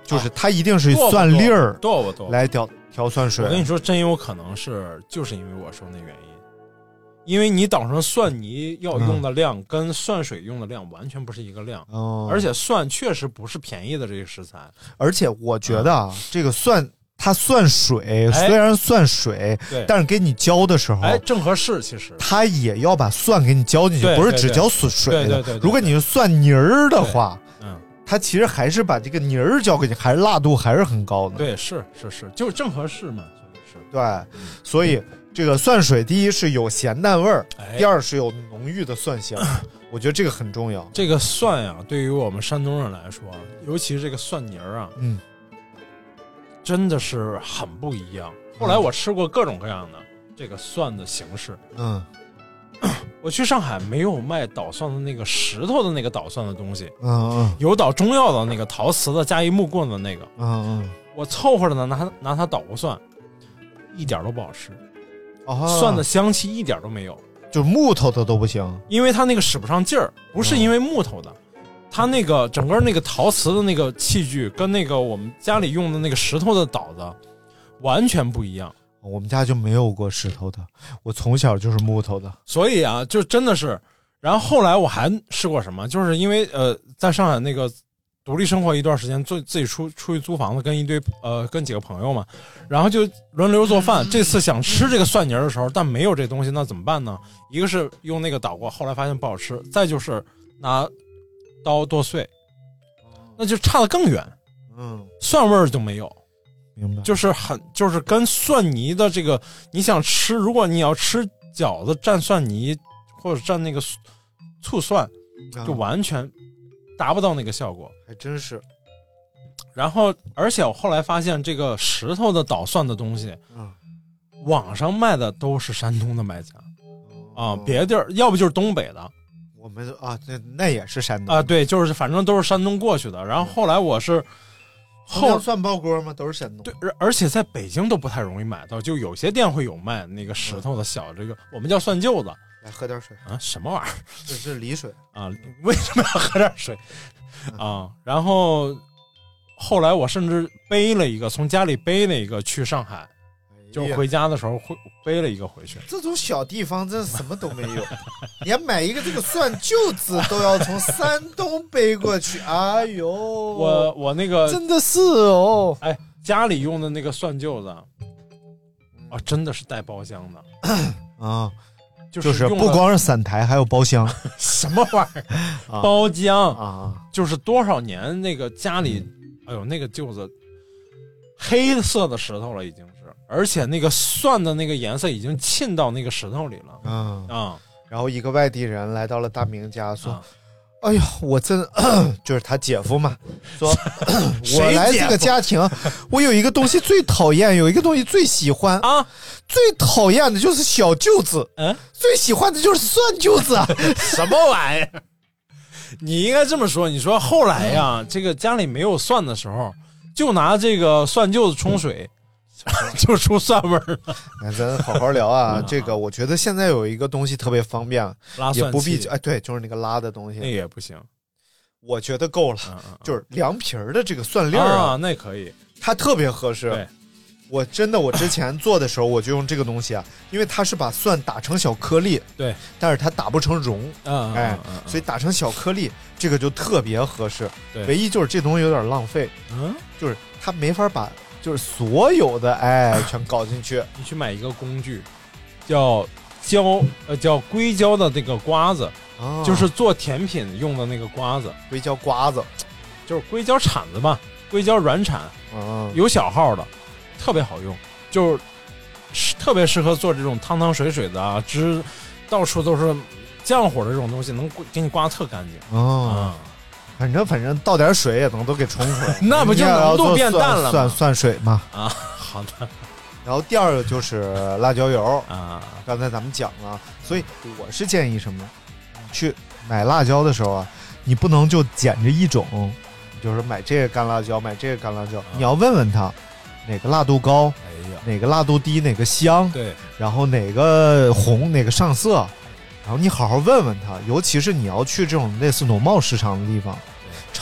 就是它一定是蒜粒儿多来调蒜水。 我跟你说，真有可能就是因为我说那原因，因为你捣成蒜泥要用的量跟蒜水用的量完全不是一个量，而且蒜确实不是便宜的这个食材， 而且我觉得这个蒜。它蒜水虽然蒜水，但是给你浇的时候， 正合适。其实它也要把蒜给你浇进去，不是只浇水的。 对。 如果你是蒜泥儿的话，它其实还是把这个泥儿浇给你，还是辣度还是很高的。 对，是，就是正合适嘛。是。 对，所以这个蒜水，第一是有咸淡味儿，第二是有浓郁的蒜香。我觉得这个很重要。 这个蒜呀，对于我们山东人来说，尤其是这个蒜泥儿啊，真的是很不一样。后来我吃过各种各样的这个蒜的形式。我去上海没有卖捣蒜的那个石头的那个捣蒜的东西，有捣中药的那个陶瓷的加一木棍的那个，我凑合着呢拿它捣过蒜，一点都不好吃。蒜的香气一点都没有， 就是木头的都不行， 因为它那个使不上劲儿，不是因为木头的。它那个整个那个陶瓷的那个器具跟那个我们家里用的那个石头的捣的完全不一样。 我们家就没有过石头的，我从小就是木头的。 所以啊，就真的是。然后后来我还试过什么，就是因为在上海那个独立生活一段时间，自己出去租房子，跟几个朋友嘛，然后就轮流做饭。这次想吃这个蒜泥的时候，但没有这东西，那怎么办呢？一个是用那个捣过，后来发现不好吃，再就是拿刀剁碎，那就差得更远，蒜味儿就没有。 明白， 就是跟蒜泥的这个，你想吃，如果你要吃饺子蘸蒜泥或者蘸那个醋蒜，就完全达不到那个效果， 还真是。 然后，而且我后来发现，这个石头的捣蒜的东西，网上卖的都是山东的卖家，别的地儿要不就是东北的。 我们那也是山东对，就是反正都是山东过去的。然后后来我是蒜爆锅吗？都是山东。 对，而且在北京都不太容易买到，就有些店会有卖那个石头的小这个，我们叫蒜臼子。 来喝点水啊？什么玩意儿？ 这是梨水啊？为什么要喝点水啊？然后后来我甚至从家里背了一个去上海。就是回家的时候背了一个回去。 这种小地方真什么都没有，连买一个这个蒜臼子都要从山东背过去。哎呦， 我那个真的是哦， 家里用的那个蒜臼子，真的是带包厢的就是不光是散台，还有包厢。 什么玩意儿？包厢就是多少年那个家里，那个臼子黑色的石头了，已经是。而且那个蒜的那个颜色已经沁到那个石头里了。 然后一个外地人来到了大明家，说：“哎呦，我真就是他姐夫嘛，说我来这个家庭，我有一个东西最讨厌，有一个东西最喜欢啊，最讨厌的就是小臼子，最喜欢的就是蒜臼子。 什么玩意儿？你应该这么说，你说后来呀，这个家里没有蒜的时候，就拿这个蒜臼子冲水。”就出蒜味儿了。 咱好好聊啊。这个我觉得现在有一个东西特别方便， 拉蒜器， 也不必对，就是那个拉的东西。 那也不行， 我觉得够了。就是凉皮儿的这个蒜粒儿那可以， 它特别合适。 对， 我之前做的时候我就用这个东西啊，因为它是把蒜打成小颗粒， 对， 但是它打不成蓉，所以打成小颗粒，这个就特别合适。 对， 唯一就是这东西有点浪费，就是它没法把。就是所有的全搞进去。 你去买一个工具，叫硅胶的那个刮子，就是做甜品用的那个刮子。 硅胶刮子就是硅胶铲子吧，硅胶软铲，有小号的，特别好用，就是特别适合做这种汤汤水水的汁到处都是浆糊的这种东西，能给你刮特干净。 反正倒点水也能都给冲出来。 那不就浓度变淡了吗？ 蒜水嘛。 好的。 然后第二个就是辣椒油刚才咱们讲了，所以我是建议什么？去买辣椒的时候啊，你不能就捡着一种，就是买这个干辣椒，买这个干辣椒，你要问问他哪个辣度高，哪个辣度低，哪个香， 对， 然后哪个红，哪个上色。然后你好好问问他，尤其是你要去这种类似农贸市场的地方，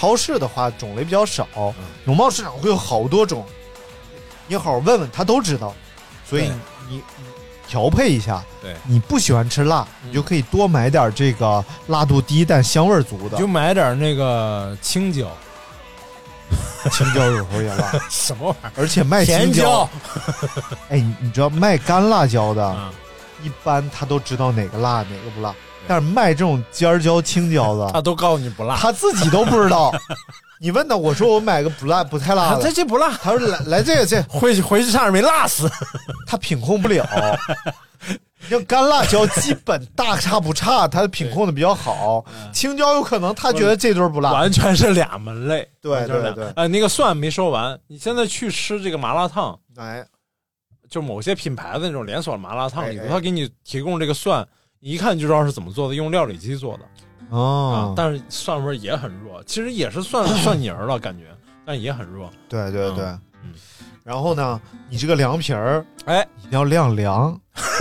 超市的话种类比较少，农贸市场会有好多种，你好好问问他都知道，所以你调配一下。 对， 你不喜欢吃辣，你就可以多买点这个辣度低但香味足的， 就买点那个青椒。 青椒有时候也辣， 什么玩意儿？ 而且卖青椒，哎，你知道卖干辣椒的，一般他都知道哪个辣哪个不辣，但是卖这种尖椒青椒的， 他都告诉你不辣， 他自己都不知道。你问他，我说我买个不辣不太辣的， 这不辣， 他说来这个回去差点没辣死， 他品控不了。像干辣椒基本大差不差，他品控的比较好。青椒有可能他觉得这顿不辣， 完全是俩门类。 对对对。 那个蒜没说完，你现在去吃这个麻辣烫， 哎， 就某些品牌的那种连锁麻辣烫里头，他给你提供这个蒜，你一看就知道是怎么做的，用料理机做的。但是蒜味也很弱，其实也是蒜泥儿了感觉，但也很弱。 对对对。然后呢，你这个凉皮儿， 哎， 一定要晾凉。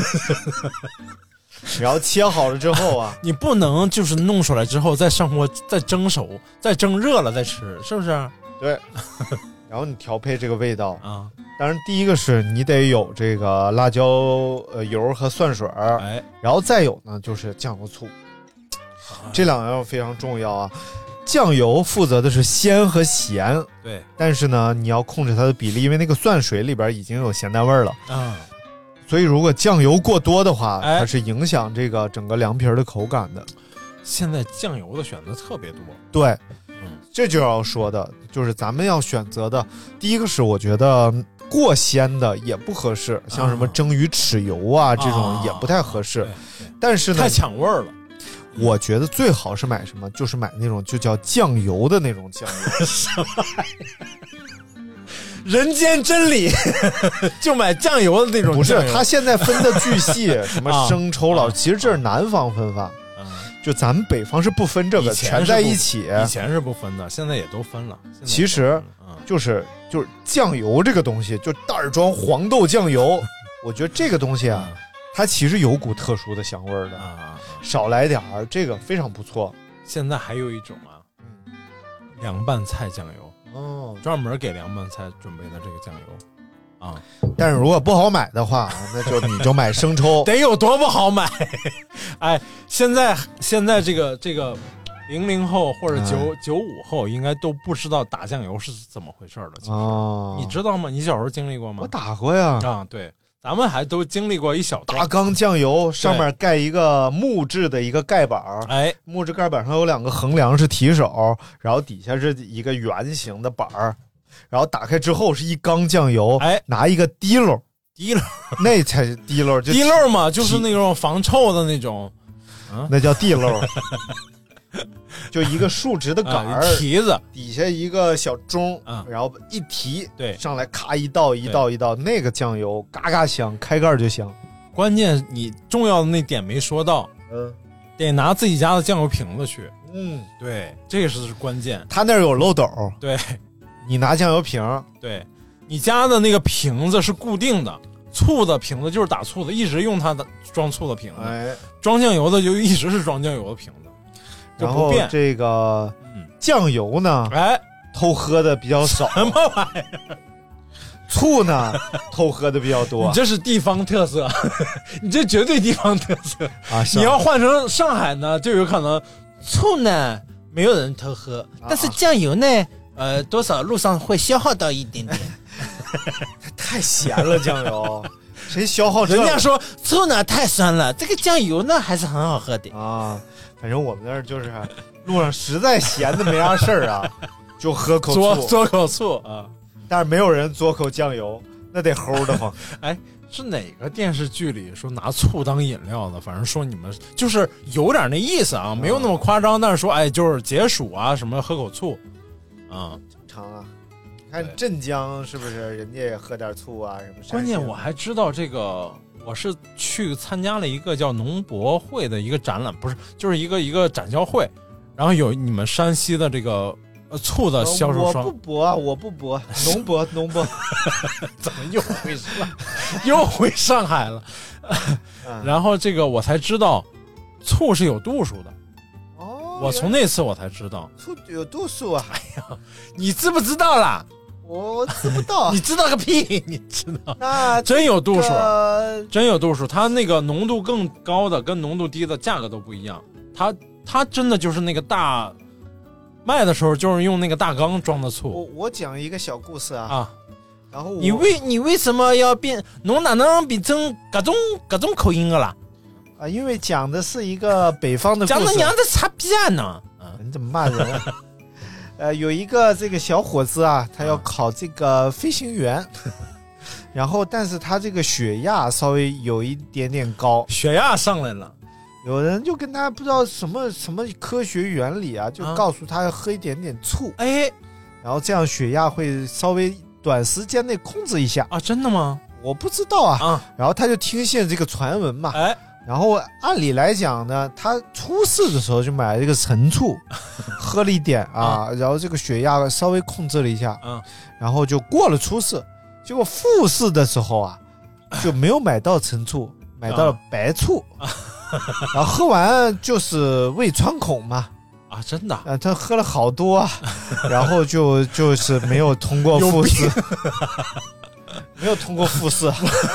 然后切好了之后啊， 你不能就是弄出来之后再上锅再蒸熟，再蒸热了再吃，是不是？ 对。然后你调配这个味道啊。 当然，第一个是你得有这个辣椒油和蒜水， 哎， 然后再有呢就是酱油醋，这两样非常重要啊。酱油负责的是鲜和咸， 对， 但是呢，你要控制它的比例，因为那个蒜水里边已经有咸淡味了啊，所以如果酱油过多的话，它是影响这个整个凉皮的口感的。 现在酱油的选择特别多， 对，这就要说的，就是咱们要选择的，第一个是我觉得过鲜的也不合适，像什么蒸鱼豉油啊这种也不太合适，但是呢， 太抢味儿了。 我觉得最好是买什么，就是买那种就叫酱油的那种酱油。 什么玩意儿？人间真理，就买酱油的那种。 不是，他现在分的巨细，什么生抽老，其实这是南方分法。就咱们北方是不分这个，全在一起。 以前是不分的，现在也都分了。 其实就是酱油这个东西，就袋装黄豆酱油，我觉得这个东西啊。它其实有股特殊的香味儿的少来点儿，这个非常不错。 现在还有一种凉拌菜酱油，专门给凉拌菜准备的这个酱油啊。 但是如果不好买的话，那就你就买生抽， 得有多不好买？哎，现在这个00后或者95后应该都不知道打酱油是怎么回事的。你知道吗？你小时候经历过吗？ 我打过呀。 对。咱们还都经历过一小大缸酱油，上面盖一个木质的一个盖板， 哎， 木质盖板上有两个横梁是提手，然后底下是一个圆形的板儿，然后打开之后是一缸酱油， 哎， 拿一个滴漏，那才是滴漏， 滴漏嘛，就是那种防臭的那种， 那叫滴漏。就一个竖直的杆儿， 提子底下一个小盅，然后一提， 对， 上来咔一倒，那个酱油嘎嘎香，开盖就香。 关键你重要的那点没说到，得拿自己家的酱油瓶子去，对，这个是关键。 他那儿有漏斗， 对， 你拿酱油瓶， 对，你家的那个瓶子是固定的，醋的瓶子就是打醋的，一直用它的装醋的瓶子， 哎， 装酱油的就一直是装酱油的瓶子。 然后这个酱油呢， 哎， 偷喝的比较少。 什么玩意儿？ 醋呢，偷喝的比较多。 你这是地方特色，你这绝对地方特色啊！ 你要换成上海呢，就有可能醋呢没有人偷喝，但是酱油呢，多少路上会消耗到一点点。 太咸了，酱油。谁消耗这？ 人家说醋呢太酸了，这个酱油呢还是很好喝的啊。反正我们那儿就是路上实在闲的没啥事儿啊，就喝口醋， 嘬口醋啊。 但是没有人嘬口酱油，那得齁的慌。 哎，是哪个电视剧里说拿醋当饮料的？反正说你们就是有点那意思啊，没有那么夸张，但是说哎，就是解暑啊，什么喝口醋啊， 正常啊。看镇江是不是人家也喝点醋啊？什么？ 关键我还知道这个。我是去参加了一个叫农博会的一个展览，不是，就是一个展销会，然后有你们山西的这个醋的销售商。 我不博，农博， 怎么又回上海了？然后这个我才知道，醋是有度数的。 醋， 我从那次我才知道， 醋有度数啊！ 你知不知道啦？ 我知不道， 你知道个屁！你知道？ 那真有度数，真有度数。它那个浓度更高的跟浓度低的价格都不一样。它真的就是那个大卖的时候就是用那个大缸装的醋。 我讲一个小故事啊，然后你为什么要变？侬哪能变成各种口音的啦？ 啊，因为讲的是一个北方的故事。 讲的娘的擦边呢！ 你怎么骂人啊？有一个这个小伙子啊，他要考这个飞行员，然后但是他这个血压稍微有一点点高， 血压上来了。 有人就跟他不知道什么科学原理啊，就告诉他要喝一点点醋，然后这样血压会稍微短时间内控制一下啊？真的吗？ 我不知道啊。然后他就听信这个传闻嘛，然后按理来讲呢，他出事的时候就买了这个陈醋，喝了一点啊，然后这个血压稍微控制了一下，然后就过了出事。结果复试的时候啊，就没有买到陈醋，买到了白醋。然后喝完就是胃穿孔嘛， 啊，真的， 他喝了好多，然后就是没有通过复试，没有通过复试。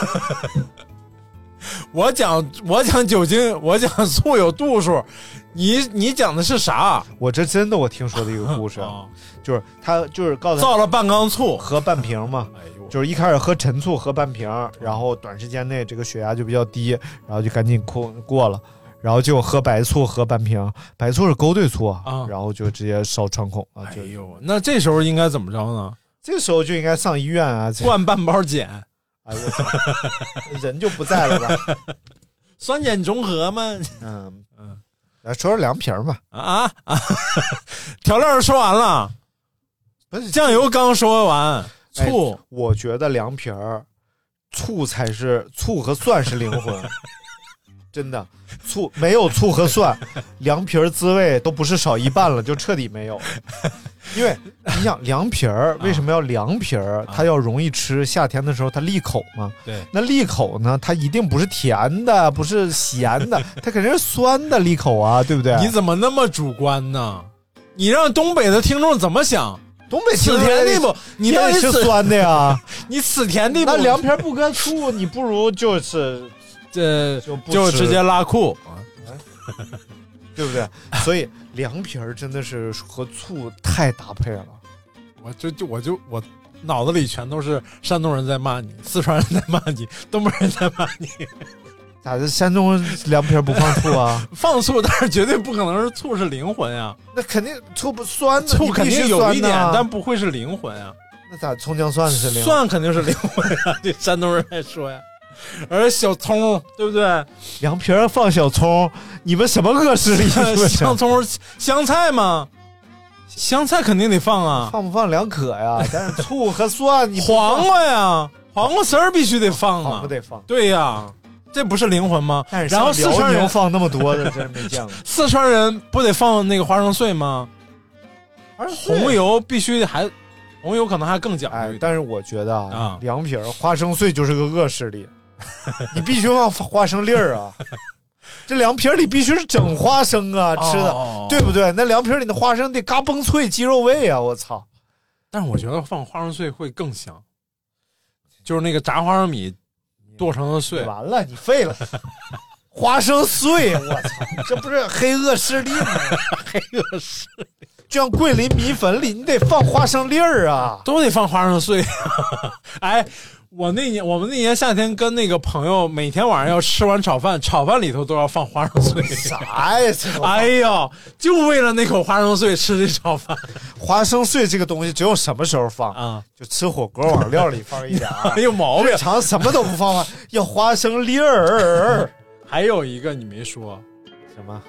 我讲酒精，我讲醋有度数，你讲的是啥？我这真的我听说的一个故事，就是他就是告诉他造了半缸醋， 喝半瓶嘛。就是一开始喝陈醋喝半瓶，然后短时间内这个血压就比较低，然后就赶紧过了，然后就喝白醋喝半瓶，白醋是勾兑醋啊，然后就直接烧穿孔啊。 哎呦，那这时候应该怎么着呢？ 这时候就应该上医院啊， 灌半包碱。 哎呦我操，人就不在了吧？ 酸碱中和嘛。 来说说凉皮嘛。 调料说完了， 不是酱油刚说完。醋， 我觉得凉皮儿，醋和蒜是灵魂，真的，没有醋和蒜，凉皮儿滋味都不是少一半了，就彻底没有。因为你想凉皮儿为什么要凉皮儿？它要容易吃，夏天的时候它利口嘛。 对， 那利口呢，它一定不是甜的，不是咸的，它肯定是酸的利口啊，对不对？ 你怎么那么主观呢？你让东北的听众怎么想？ 东北此田地不，你到底是酸的呀？ 你此田地不， 那凉皮不搁醋，你不如就是就直接拉裤， 对不对？所以凉皮真的是和醋太搭配了。 我脑子里全都是山东人在骂你，四川人在骂你，东北人在骂你。 咋的？山东凉皮不放醋啊？ 放醋，但是绝对不可能是醋是灵魂呀。 那肯定醋不酸的， 醋肯定有一点，但不会是灵魂呀。 那咋葱姜蒜是灵魂？ 蒜肯定是灵魂呀，这山东人来说呀。而小葱，对不对？ 凉皮放小葱，你们什么恶势力？ 香葱、香菜吗？香菜肯定得放啊， 放不放两可呀？但是醋和蒜，你黄瓜呀，黄瓜丝儿必须得放啊， 不得放？ 对呀。这不是灵魂吗？然后四川人放那么多的，真没见过。 四川人不得放那个花生碎吗？红油必须红油可能还更讲究一点。 但是我觉得啊，凉皮花生碎就是个恶势力，你必须放花生粒儿啊。这凉皮里必须是整花生啊，吃的对不对？那凉皮里的花生得嘎嘣脆，鸡肉味啊！我操！ 但是我觉得放花生碎会更香，就是那个炸花生米。剁成了碎， 完了，你废了。花生碎，我操，这不是黑恶势力吗？ 黑恶势力， 就像桂林米粉里，你得放花生粒儿啊， 都得放花生碎。哎，我们那年夏天跟那个朋友，每天晚上要吃完炒饭，炒饭里头都要放花生碎。 啥呀？ 哎呦，就为了那口花生碎吃这炒饭。 花生碎这个东西只有什么时候放啊？就吃火锅往料里放一点啊， 没有毛病。 日常什么都不放，要花生粒儿。 还有一个你没说什么？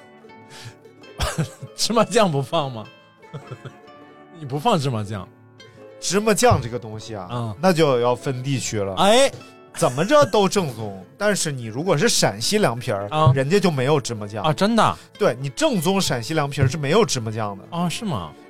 芝麻酱不放吗？你不放芝麻酱？ 芝麻酱这个东西啊，那就要分地区了。 哎， 怎么着都正宗，但是你如果是陕西凉皮儿，人家就没有芝麻酱啊，真的？ 对，你正宗陕西凉皮儿是没有芝麻酱的啊？是吗？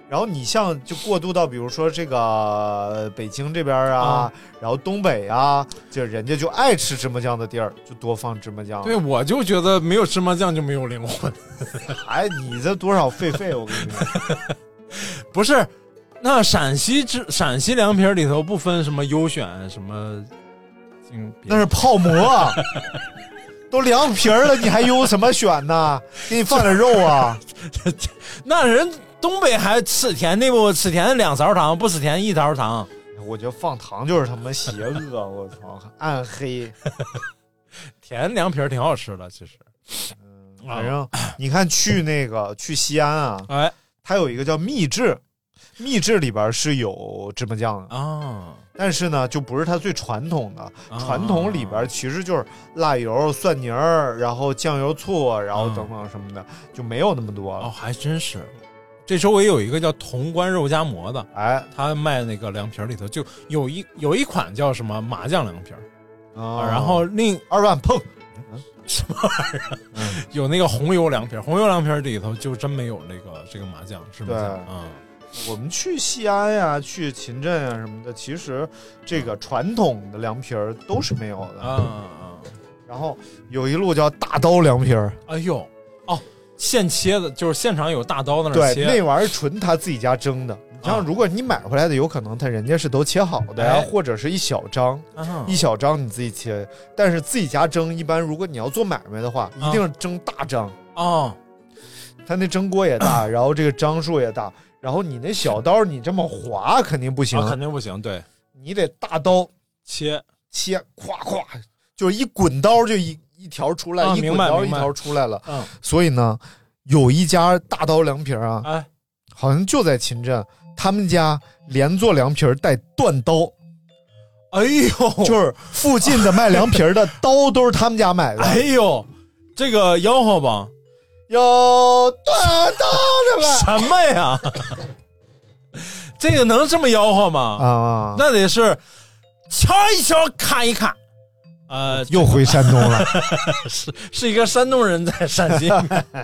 然后你像就过渡到比如说这个北京这边啊，然后东北啊，就人家就爱吃芝麻酱的地儿，就多放芝麻酱。 对，我就觉得没有芝麻酱就没有灵魂。 哎，你这多少狒狒，我跟你说。 不是，那陕西凉皮里头不分什么优选什么， 那是泡馍。都凉皮了，你还优什么选呢？给你放点肉啊！ 那人东北还吃甜的不？吃甜的2勺糖，不吃甜1勺糖。 我觉得放糖就是他妈邪恶，我操，暗黑。 甜凉皮挺好吃的，其实。 反正你看去西安啊，哎，它有一个叫秘制，秘制里边是有芝麻酱的啊。但是呢，就不是它最传统的，传统里边其实就是辣油、蒜泥儿，然后酱油、醋，然后等等什么的，就没有那么多了。 哦，还真是。这周围有一个叫潼关肉夹馍的，哎，他卖那个凉皮里头就有一款叫什么麻酱凉皮然后另 2万碰什么玩意儿？有那个红油凉皮，红油凉皮里头就真没有这个麻酱，是吗？ 我们去西安呀，去秦镇啊什么的，其实这个传统的凉皮儿都是没有的然后有一路叫大刀凉皮儿， 哎呦，现切的，就是现场有大刀在那切。 对，那玩意儿纯他自己家蒸的。你像如果你买回来的，有可能人家是都切好的呀，或者是一小张，一小张你自己切。但是自己家蒸，一般如果你要做买卖的话，一定是蒸大张他那蒸锅也大，然后这个张数也大。然后你那小刀你这么划肯定不行， 肯定不行，对， 你得大刀切， 咵咵，就是一滚刀就一条出来，一滚刀一条出来了。所以呢，有一家大刀凉皮啊，好像就在秦镇，他们家连做凉皮带断刀。 哎呦， 就是附近的卖凉皮的刀都是他们家买的。 哎呦，这个吆喝吧。 有断刀的吧？什么呀？这个能这么吆喝吗？那得是敲一敲，砍一砍。 又回山东了， 是一个山东人在陕西。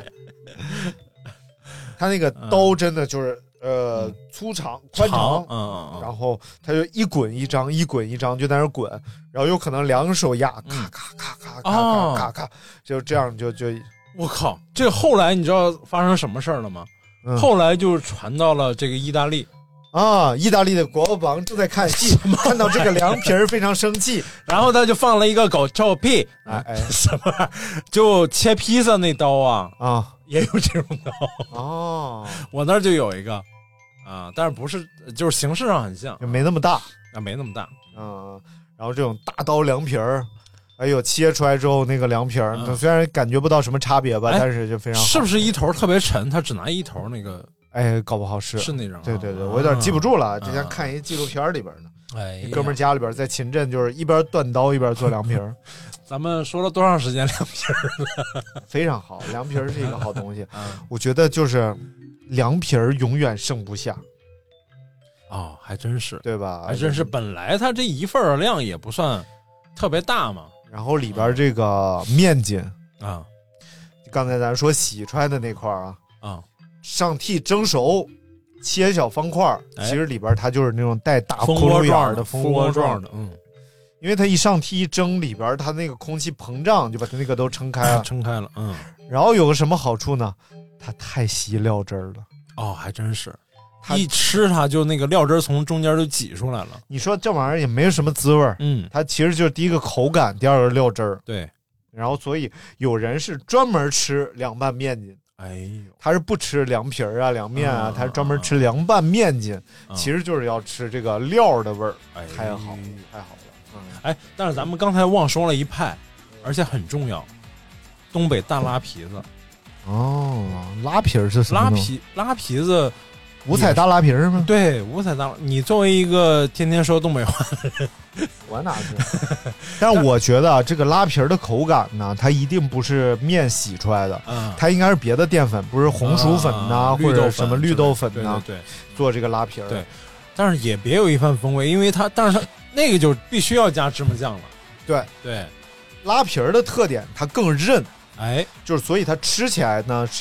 他那个刀真的就是粗长宽长，然后他就一滚一张，一滚一张就在那滚，然后有可能2手压，咔咔咔咔咔咔咔，就这样就。 我靠！这后来你知道发生什么事儿了吗？后来就传到了这个意大利意大利的国王正在看戏，看到这个凉皮非常生气， 然后他就放了一个狗臭屁，什么就切披萨那刀也有这种刀我那儿就有一个但是不是就是形式上很像， 没那么大没那么大然后这种大刀凉皮哎呦，切出来之后那个凉皮虽然感觉不到什么差别吧，但是就非常好。 是不是一头特别沉？他只拿一头那个？ 搞不好是那种。 对，我有点记不住了。之前看一纪录片里边呢，哥们家里边在秦镇就是一边断刀一边做凉皮咱们说了多长时间凉皮了？ 非常好，凉皮是一个好东西。我觉得就是凉皮永远剩不下。 还真是， 对吧？ 还真是，本来它这一份量也不算特别大嘛。 然后里边这个面筋刚才咱说洗出来的那块上屉蒸熟，切小方块其实里边它就是那种带大窟窿眼的蜂窝状的，因为它一上屉一蒸，里边它那个空气膨胀，就把它那个都撑开了，然后有个什么好处呢？它太吸料汁儿了。 还真是。一吃它就那个料汁从中间就挤出来了。 你说这玩意儿也没有什么滋味它其实就是第一个口感，第二个料汁儿。 对， 然后所以有人是专门吃凉拌面筋，他是不吃凉皮凉面他是专门吃凉拌面筋，其实就是要吃这个料的味儿，太好了。 但是咱们刚才忘说了一派，而且很重要，东北大拉皮子。 拉皮是什么？ 拉皮子。 五彩大拉皮是吗？ 对，五彩大拉。你作为一个天天说东北话的人， 我哪是？但是我觉得这个拉皮的口感呢，它一定不是面洗出来的，它应该是别的淀粉，不是红薯粉或者什么绿豆粉对， 做这个拉皮。 对，但是也别有一番风味，因为但是它那个就必须要加芝麻酱了。对， 拉皮的特点它更韧，就是所以它吃起来呢是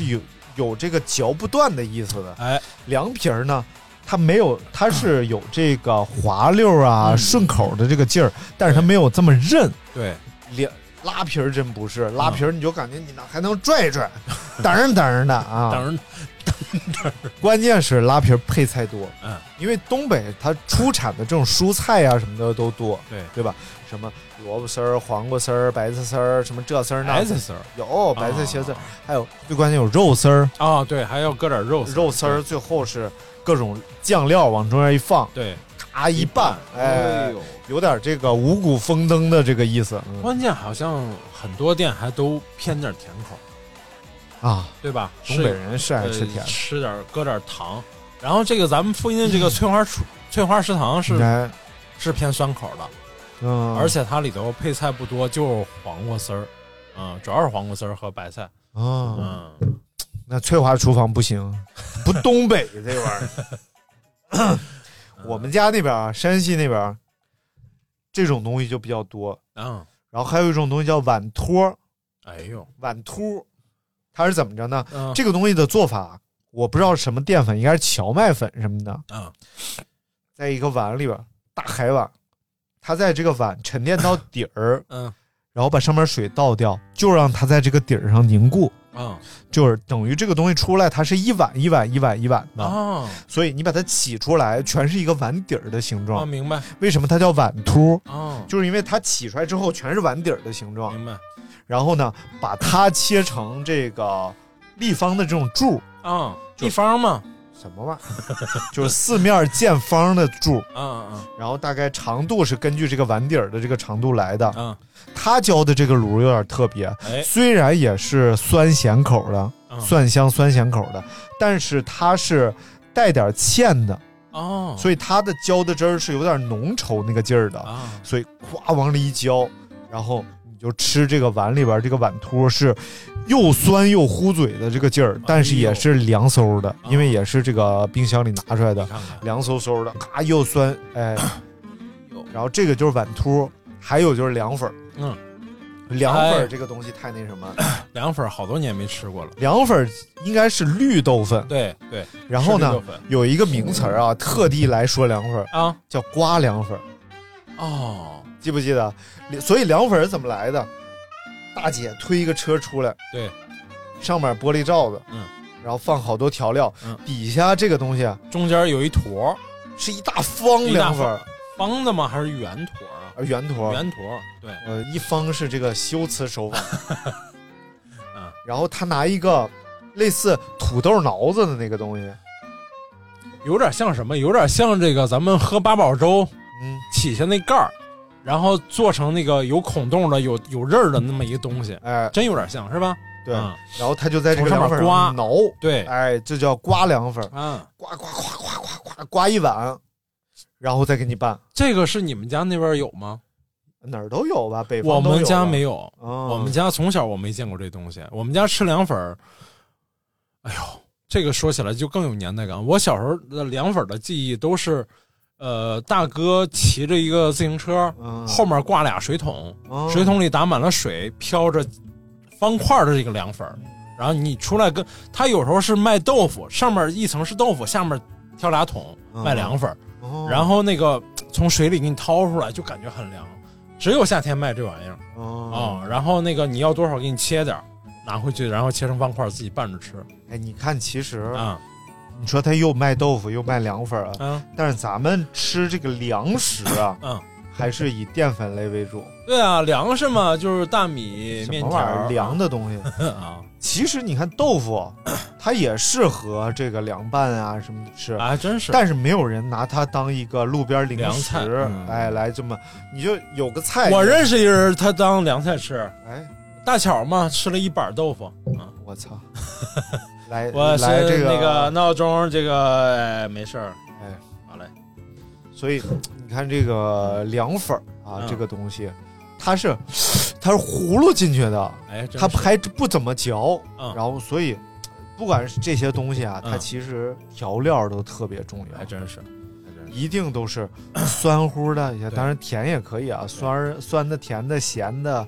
有这个嚼不断的意思的。 哎， 凉皮儿呢，它没有，它是有这个滑溜啊、顺口的这个劲儿，但是它没有这么韧。 对， 拉皮儿真不是，拉皮儿你就感觉你还能拽一拽，噔噔的啊， 当然， 关键是拉皮儿配菜多，因为东北它出产的这种蔬菜啊什么的都多，对吧？什么萝卜丝儿、黄瓜丝儿、白菜丝儿，什么这丝儿那丝儿， 有白菜茄丝儿，还有最关键有肉丝儿啊，对，还要搁点肉丝儿，最后是各种酱料往中间一放， 对， 咔一拌，哎，有点这个五谷丰登的这个意思。 关键好像很多店还都偏点甜口啊， 对吧？ 东北人是爱吃甜， 吃点搁点糖。然后这个咱们附近的这个翠花食堂是偏酸口的，而且它里头配菜不多，就是黄瓜丝儿，主要是黄瓜丝儿和白菜。 那翠华厨房不行，不东北这玩意儿。我们家那边山西那边这种东西就比较多，然后还有一种东西叫碗托。 哎呦， 碗秃，它是怎么着呢？这个东西的做法我不知道什么淀粉，应该是荞麦粉什么的。在一个碗里边，大海碗，它在这个碗沉淀到底儿，然后把上面水倒掉，就让它在这个底儿上凝固。就是等于这个东西出来，它是一碗一碗一碗一碗的，所以你把它起出来，全是一个碗底儿的形状。 明白？ 为什么它叫碗秃？就是因为它起出来之后全是碗底儿的形状。 明白？ 然后呢，把它切成这个立方的这种柱。 立方吗？ 什么玩意儿？就是四面见方的柱。然后大概长度是根据这个碗底儿的这个长度来的。他浇的这个卤有点特别，虽然也是酸咸口的，蒜香酸咸口的，但是它是带点芡的。所以它的浇的汁儿是有点浓稠那个劲儿的。所以咵往里一浇，然后你就吃这个碗里边这个碗托是又酸又糊嘴的这个劲儿，但是也是凉馊的，因为也是这个冰箱里拿出来的，凉馊馊的，咔又酸，哎，然后这个就是碗托，还有就是凉粉。凉粉这个东西太那什么， 凉粉好多年没吃过了。 凉粉应该是绿豆粉， 对。 然后呢，有一个名词啊，特地来说凉粉啊， 叫刮凉粉。记不记得？所以凉粉是怎么来的？大姐推一个车出来， 对， 上面玻璃罩子，然后放好多调料，底下这个东西中间有一坨， 是一大方凉粉。 方的吗？还是圆坨啊？ 圆坨， 对。 一方是这个修辞手法。然后他拿一个类似土豆挠子的那个东西， 有点像什么？有点像这个咱们喝八宝粥，起下那盖儿，然后做成那个有孔洞的、有刃儿的那么一个东西，真有点像是吧？ 对。然后他就在这个凉粉上挠， 对， 这叫刮凉粉，刮一碗。然后再给你拌， 这个是你们家那边有吗？ 哪儿都有吧，北方都有。 我们家没有，我们家从小我没见过这东西。我们家吃凉粉，哎呦，这个说起来就更有年代感。我小时候的凉粉的记忆都是，大哥骑着一个自行车，后面挂俩水桶，水桶里打满了水，飘着方块的这个凉粉，然后你出来跟他有时候是卖豆腐，上面一层是豆腐，下面挑俩桶卖凉粉。然后那个从水里给你掏出来，就感觉很凉，只有夏天卖这玩意儿。然后那个你要多少给你切点，拿回去，然后切成方块自己拌着吃。 你看，其实你说他又卖豆腐又卖凉粉但是咱们吃这个粮食还是以淀粉类为主。 对啊，粮食嘛，就是大米、面条， 凉的东西其实你看豆腐，它也适合这个凉拌啊什么的吃真是。 但是没有人拿它当一个路边零食，来这么，你就有个菜。 我认识一人，他当凉菜吃，大巧嘛，吃了一板豆腐。 我操！来， 我是来这个那个闹钟，这个没事儿，好嘞。 所以你看这个凉粉这个东西，它是葫芦进去的，它还不怎么嚼，然后所以不管是这些东西它其实调料都特别重要， 还真是， 一定都是酸乎的，当然甜也可以酸的、甜的、咸的，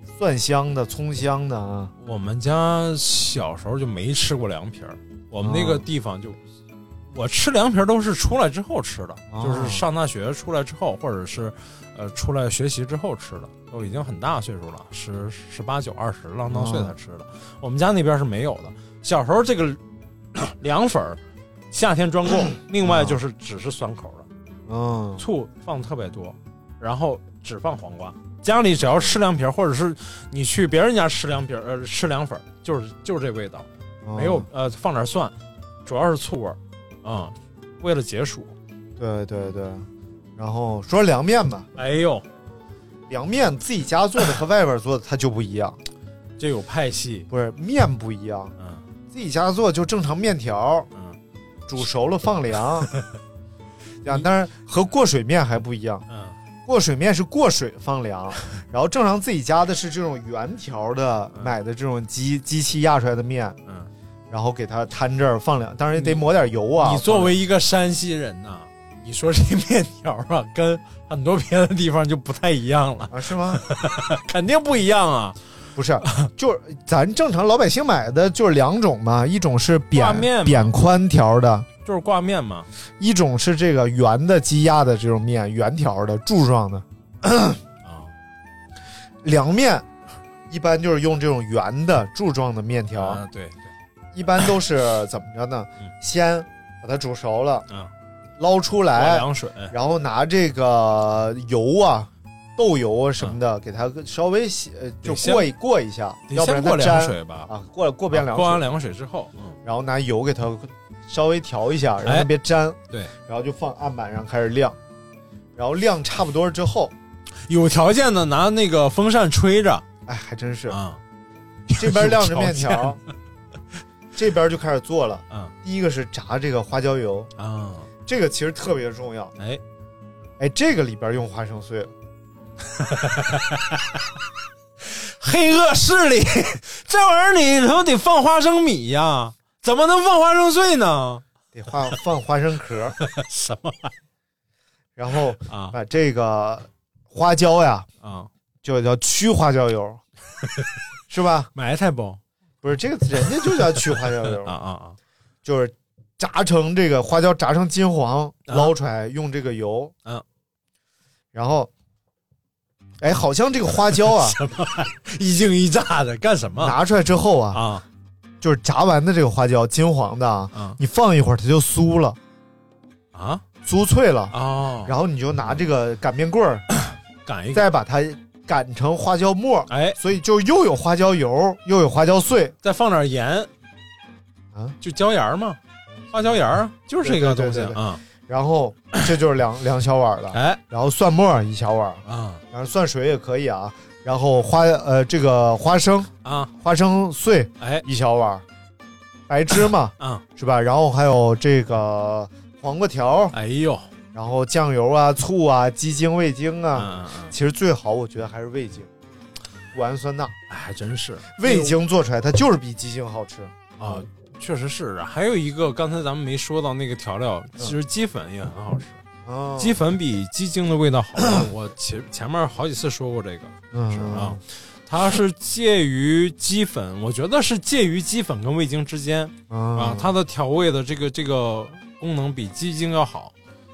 蒜香的、葱香的啊。 我们家小时候就没吃过凉皮儿，我们那个地方就，我吃凉皮儿都是出来之后吃的，就是上大学出来之后，或者是出来学习之后吃的，都已经很大岁数了，18、19、20浪荡岁才吃的。我们家那边是没有的。小时候这个凉粉夏天专供，另外就是只是酸口的，醋放特别多，然后只放黄瓜。家里只要吃凉皮儿，或者是你去别人家吃凉皮儿，吃凉粉，就是这味道，没有放点蒜，主要是醋味儿，为了解暑。 对对对，然后说凉面吧， 哎呦， 凉面自己家做的和外边做的它就不一样， 这有派系， 不是面不一样，自己家做就正常面条，煮熟了放凉，当然和过水面还不一样，过水面是过水放凉，然后正常自己家的是这种圆条的，买的这种机器压出来的面，然后给它摊这儿放凉，当然也得抹点油啊。 你作为一个山西人呐，你说这面条啊，跟很多别的地方就不太一样了啊？是吗？ 肯定不一样啊。 不是，就是咱正常老百姓买的就是两种嘛，一种是扁宽条的， 就是挂面嘛； 一种是这个圆的机压的这种面，圆条的柱状的。凉面一般就是用这种圆的柱状的面条， 对， 一般都是怎么着呢？先把它煮熟了，捞出来， 凉水， 然后拿这个油啊。豆油啊什么的，给它稍微就过一下，要不然它过凉水吧过遍凉水， 过完凉水之后， 然后拿油给它稍微调一下，让它别粘， 对， 然后就放案板上开始晾，然后晾差不多之后， 有条件的拿那个风扇吹着， 哎，还真是这边晾着面条，这边就开始做了，第一个是炸这个花椒油这个其实特别重要，哎，这个里边用花生碎了。 黑恶势力，这玩意儿里头得放花生米呀，怎么能放花生碎呢？ 得放花生壳， 什么玩意儿？ 然后把这个花椒呀，就叫曲花椒油，是吧？ 埋汰不？ 不是这个，人家就叫曲花椒油就是炸成这个花椒炸成金黄，捞出来用这个油，然后。哎，好像这个花椒啊， 什么一惊一乍的干什么？ 拿出来之后就是炸完的这个花椒，金黄的你放一会儿它就酥了，酥脆了然后你就拿这个擀面棍儿擀一， 再把它擀成花椒末，所以就又有花椒油，又有花椒碎， 再放点盐就椒盐嘛，花椒盐就是这个东西然后这就是2小碗了，然后蒜末1小碗然后蒜水也可以然后这个花生花生碎1小碗，白芝麻是吧？然后还有这个黄瓜条， 哎呦， 然后酱油啊、醋啊、鸡精、味精其实最好我觉得还是味精，谷氨酸钠， 还真是味精做出来它就是比鸡精好吃确实是，还有一个刚才咱们没说到那个调料，其实鸡粉也很好吃。鸡粉比鸡精的味道好。我前面好几次说过这个，是它是介于鸡粉，我觉得是介于鸡粉跟味精之间它的调味的这个功能比鸡精要好。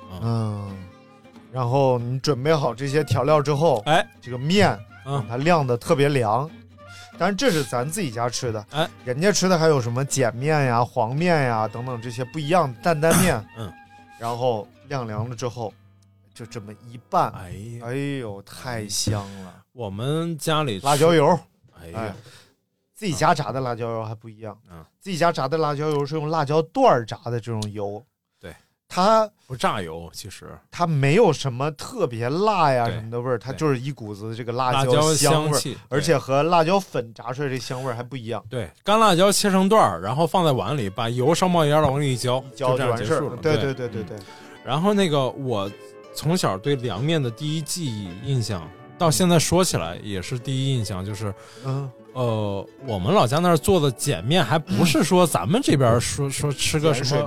然后你准备好这些调料之后，这个面它晾得特别凉。当然这是咱自己家吃的，人家吃的还有什么碱面呀、黄面呀等等这些不一样的担面，然后晾凉了之后，就这么一拌，哎呦，太香了！ 我们家里辣椒油， 自己家炸的辣椒油还不一样，自己家炸的辣椒油是用辣椒段炸的这种油，它不炸油，其实它没有什么特别辣呀什么的味儿，它就是一股子这个辣椒香味，而且和辣椒粉炸出来这香味还不一样。 对，干辣椒切成段，然后放在碗里，把油烧冒烟了往里一浇，就这样结束了。 对。 然后那个我从小对凉面的第一记忆印象，到现在说起来也是第一印象，就是我们老家那儿做的碱面，还不是说咱们这边说吃个什么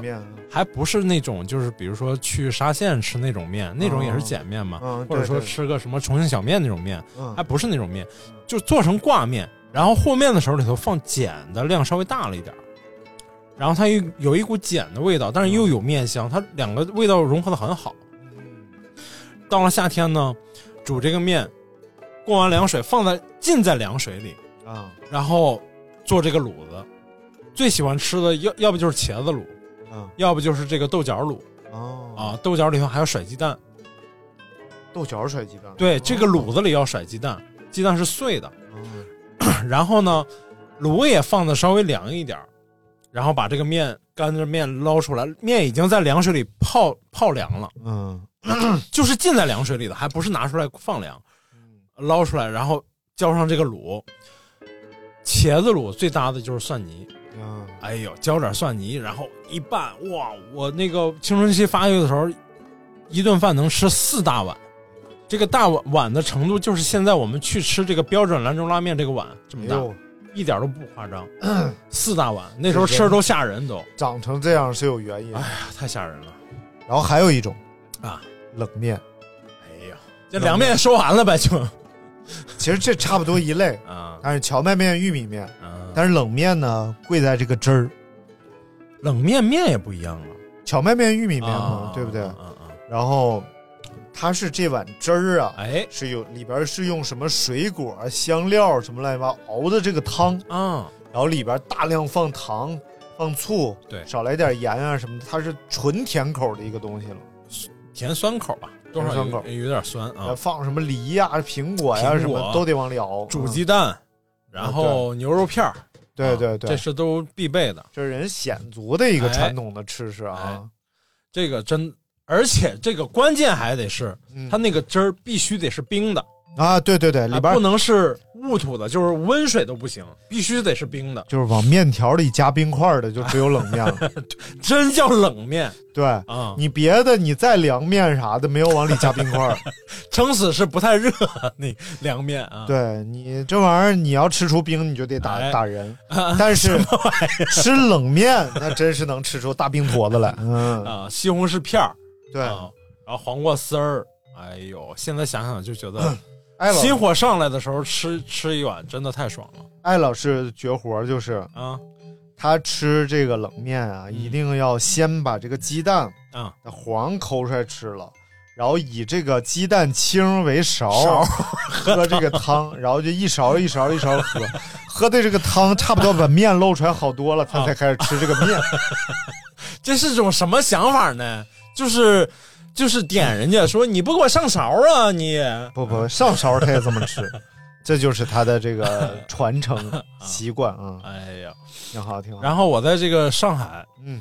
还不是那种就是比如说去沙县吃那种面，那种也是碱面嘛，或者说吃个什么重庆小面那种面，还不是那种面，就做成挂面，然后和面的时候里头放碱的量稍微大了一点，然后它有一股碱的味道，但是又有面香，它两个味道融合的很好。到了夏天呢，煮这个面，过完凉水浸在凉水里啊， 然后做这个卤子。最喜欢吃的要不就是茄子卤，要不就是这个豆角卤。豆角里头还要甩鸡蛋。 豆角甩鸡蛋？ 对，这个卤子里要甩鸡蛋，鸡蛋是碎的。然后呢，卤也放的稍微凉一点，然后把这个干着面捞出来，面已经在凉水里泡凉了。就是浸在凉水里的，还不是拿出来放凉，捞出来，然后浇上这个卤。茄子卤最搭的就是蒜泥。哎呦，浇点蒜泥，然后一拌，哇！我那个青春期发育的时候，一顿饭能吃4大碗，这个大碗的程度就是现在我们去吃这个标准兰州拉面这个碗这么大，一点都不夸张。4大碗，那时候吃的都吓人，都长成这样是有原因。 哎呀，太吓人了。 然后还有一种啊， 冷面。 哎呀，这凉面说完了呗就。 其实这差不多一类啊，但是荞麦面、玉米面，但是冷面呢贵在这个汁儿。 冷面也不一样了， 荞麦面、玉米面嘛，对不对？然后它是这碗汁儿啊，是里边是用什么水果、香料什么乱七八糟熬的这个汤啊，然后里边大量放糖、放醋， 对， 少来点盐啊什么的，它是纯甜口的一个东西了， 甜酸口吧。多少有点酸啊！ 放什么梨呀、苹果呀，什么都得往里熬。 煮鸡蛋，然后牛肉片儿， 对， 这是都必备的。 这是人鲜族的一个传统的吃食啊。 这个而且这个关键还得是，它那个汁儿必须得是冰的啊！对，里边不能是雾土的，就是温水都不行，必须得是冰的。 就是往面条里加冰块的，就只有冷面了。 真叫冷面。 对啊，你别的你再凉面啥的，没有往里加冰块， 撑死是不太热那凉面啊。 对你这玩意儿，你要吃出冰，你就得打人。但是吃冷面，那真是能吃出大冰坨子来。 西红柿片儿， 对， 然后黄瓜丝儿。哎呦，现在想想就觉得，心火上来的时候吃一碗真的太爽了。 艾老师绝活就是他吃这个冷面啊，一定要先把这个鸡蛋的黄抠出来吃了，然后以这个鸡蛋清为勺喝这个汤，然后就一勺一勺喝的这个汤差不多把面露出来好多了，他才开始吃这个面。 这是种什么想法呢？就是点人家说你不给我上勺啊，你不上勺他也这么吃。这就是他的这个传承习惯啊！ 哎呀， 挺好。 然后我在这个上海，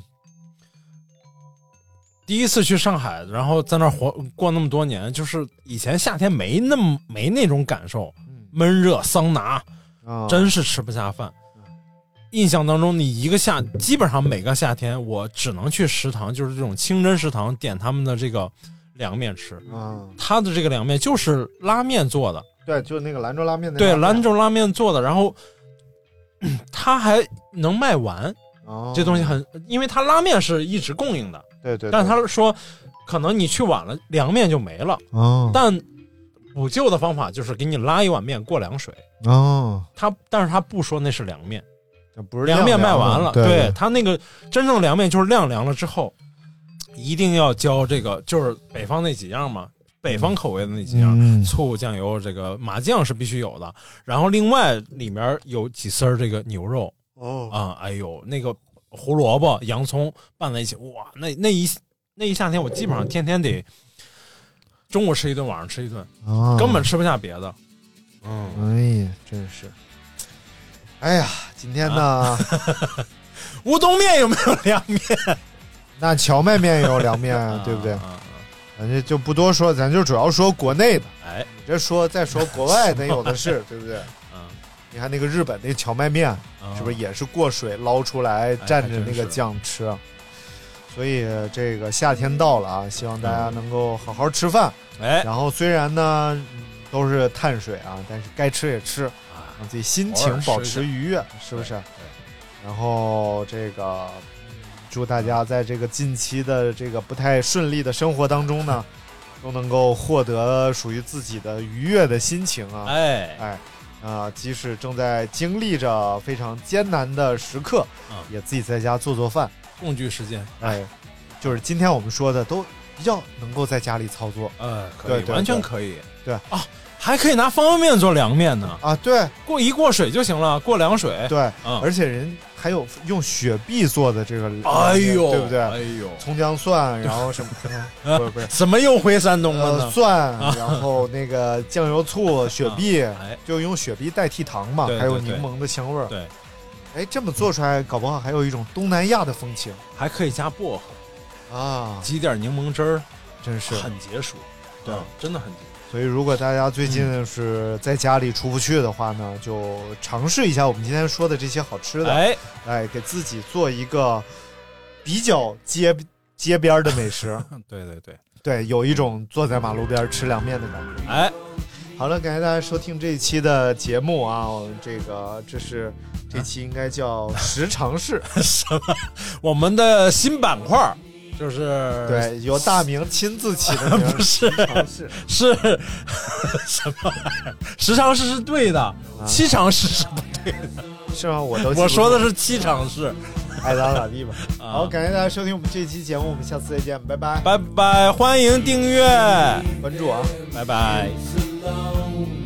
第一次去上海，然后在那儿过那么多年，就是以前夏天没那种感受，闷热桑拿，真是吃不下饭。印象当中，你基本上每个夏天，我只能去食堂，就是这种清真食堂，点他们的这个凉面吃。他的这个凉面就是拉面做的。 对，就那个兰州拉面。 对，兰州拉面做的，然后他还能卖完。这东西因为他拉面是一直供应的。 对。 但是他说，可能你去晚了，凉面就没了。但补救的方法就是给你拉一碗面过凉水。但是他不说那是凉面， 不是凉面卖完了。 对， 他那个真正凉面就是凉了之后，一定要浇这个，就是北方那几样嘛。北方口味的那几样，醋、酱油，这个麻酱是必须有的。然后另外里面有几丝这个牛肉哎呦，那个胡萝卜、洋葱拌在一起，哇，那一夏天我基本上天天得中午吃一顿，晚上吃一顿，根本吃不下别的。 哎呀，真是。哎呀，今天呢， 乌冬面有没有凉面？ 那荞麦面也有凉面，对不对？咱就不多说，咱就主要说国内的。你这再说国外的有的是，对不对？你看那个日本那荞麦面，是不是也是过水捞出来蘸着那个酱吃？所以这个夏天到了啊，希望大家能够好好吃饭。然后虽然呢都是碳水啊，但是该吃也吃，让自己心情保持愉悦，是不是？然后这个。 祝大家在这个近期的这个不太顺利的生活当中呢，都能够获得属于自己的愉悦的心情啊！即使正在经历着非常艰难的时刻，也自己在家做饭， 共聚时间。 就是今天我们说的都比较能够在家里操作， 可以，完全可以。 对啊， 还可以拿方便面做凉面呢。 对， 过水就行了，过凉水。 对，而且人还有用雪碧做的这个，对不对？葱姜蒜，然后什么不是怎么又回山东了呢？ 蒜，然后那个酱油醋、雪碧，就用雪碧代替糖嘛，还有柠檬的香味儿。 对， 这么做出来，搞不好还有一种东南亚的风情， 还可以加薄荷啊， 挤点柠檬汁儿， 真是很解暑。对，真的很解暑。 所以，如果大家最近是在家里出不去的话呢，就尝试一下我们今天说的这些好吃的，给自己做一个比较街边的美食。对，有一种坐在马路边吃凉面的感觉。好了，感谢大家收听这一期的节目啊，这期应该叫十常侍什么？我们的新板块。就是对，由大明亲自起的名， 不是是什么玩意儿？十常侍是对的，七常侍是不对的， 是吗？我说的是七常侍， 爱咋咋地吧。好，感谢大家收听我们这期节目，我们下次再见，拜拜， 拜拜，欢迎订阅关注啊， 拜拜。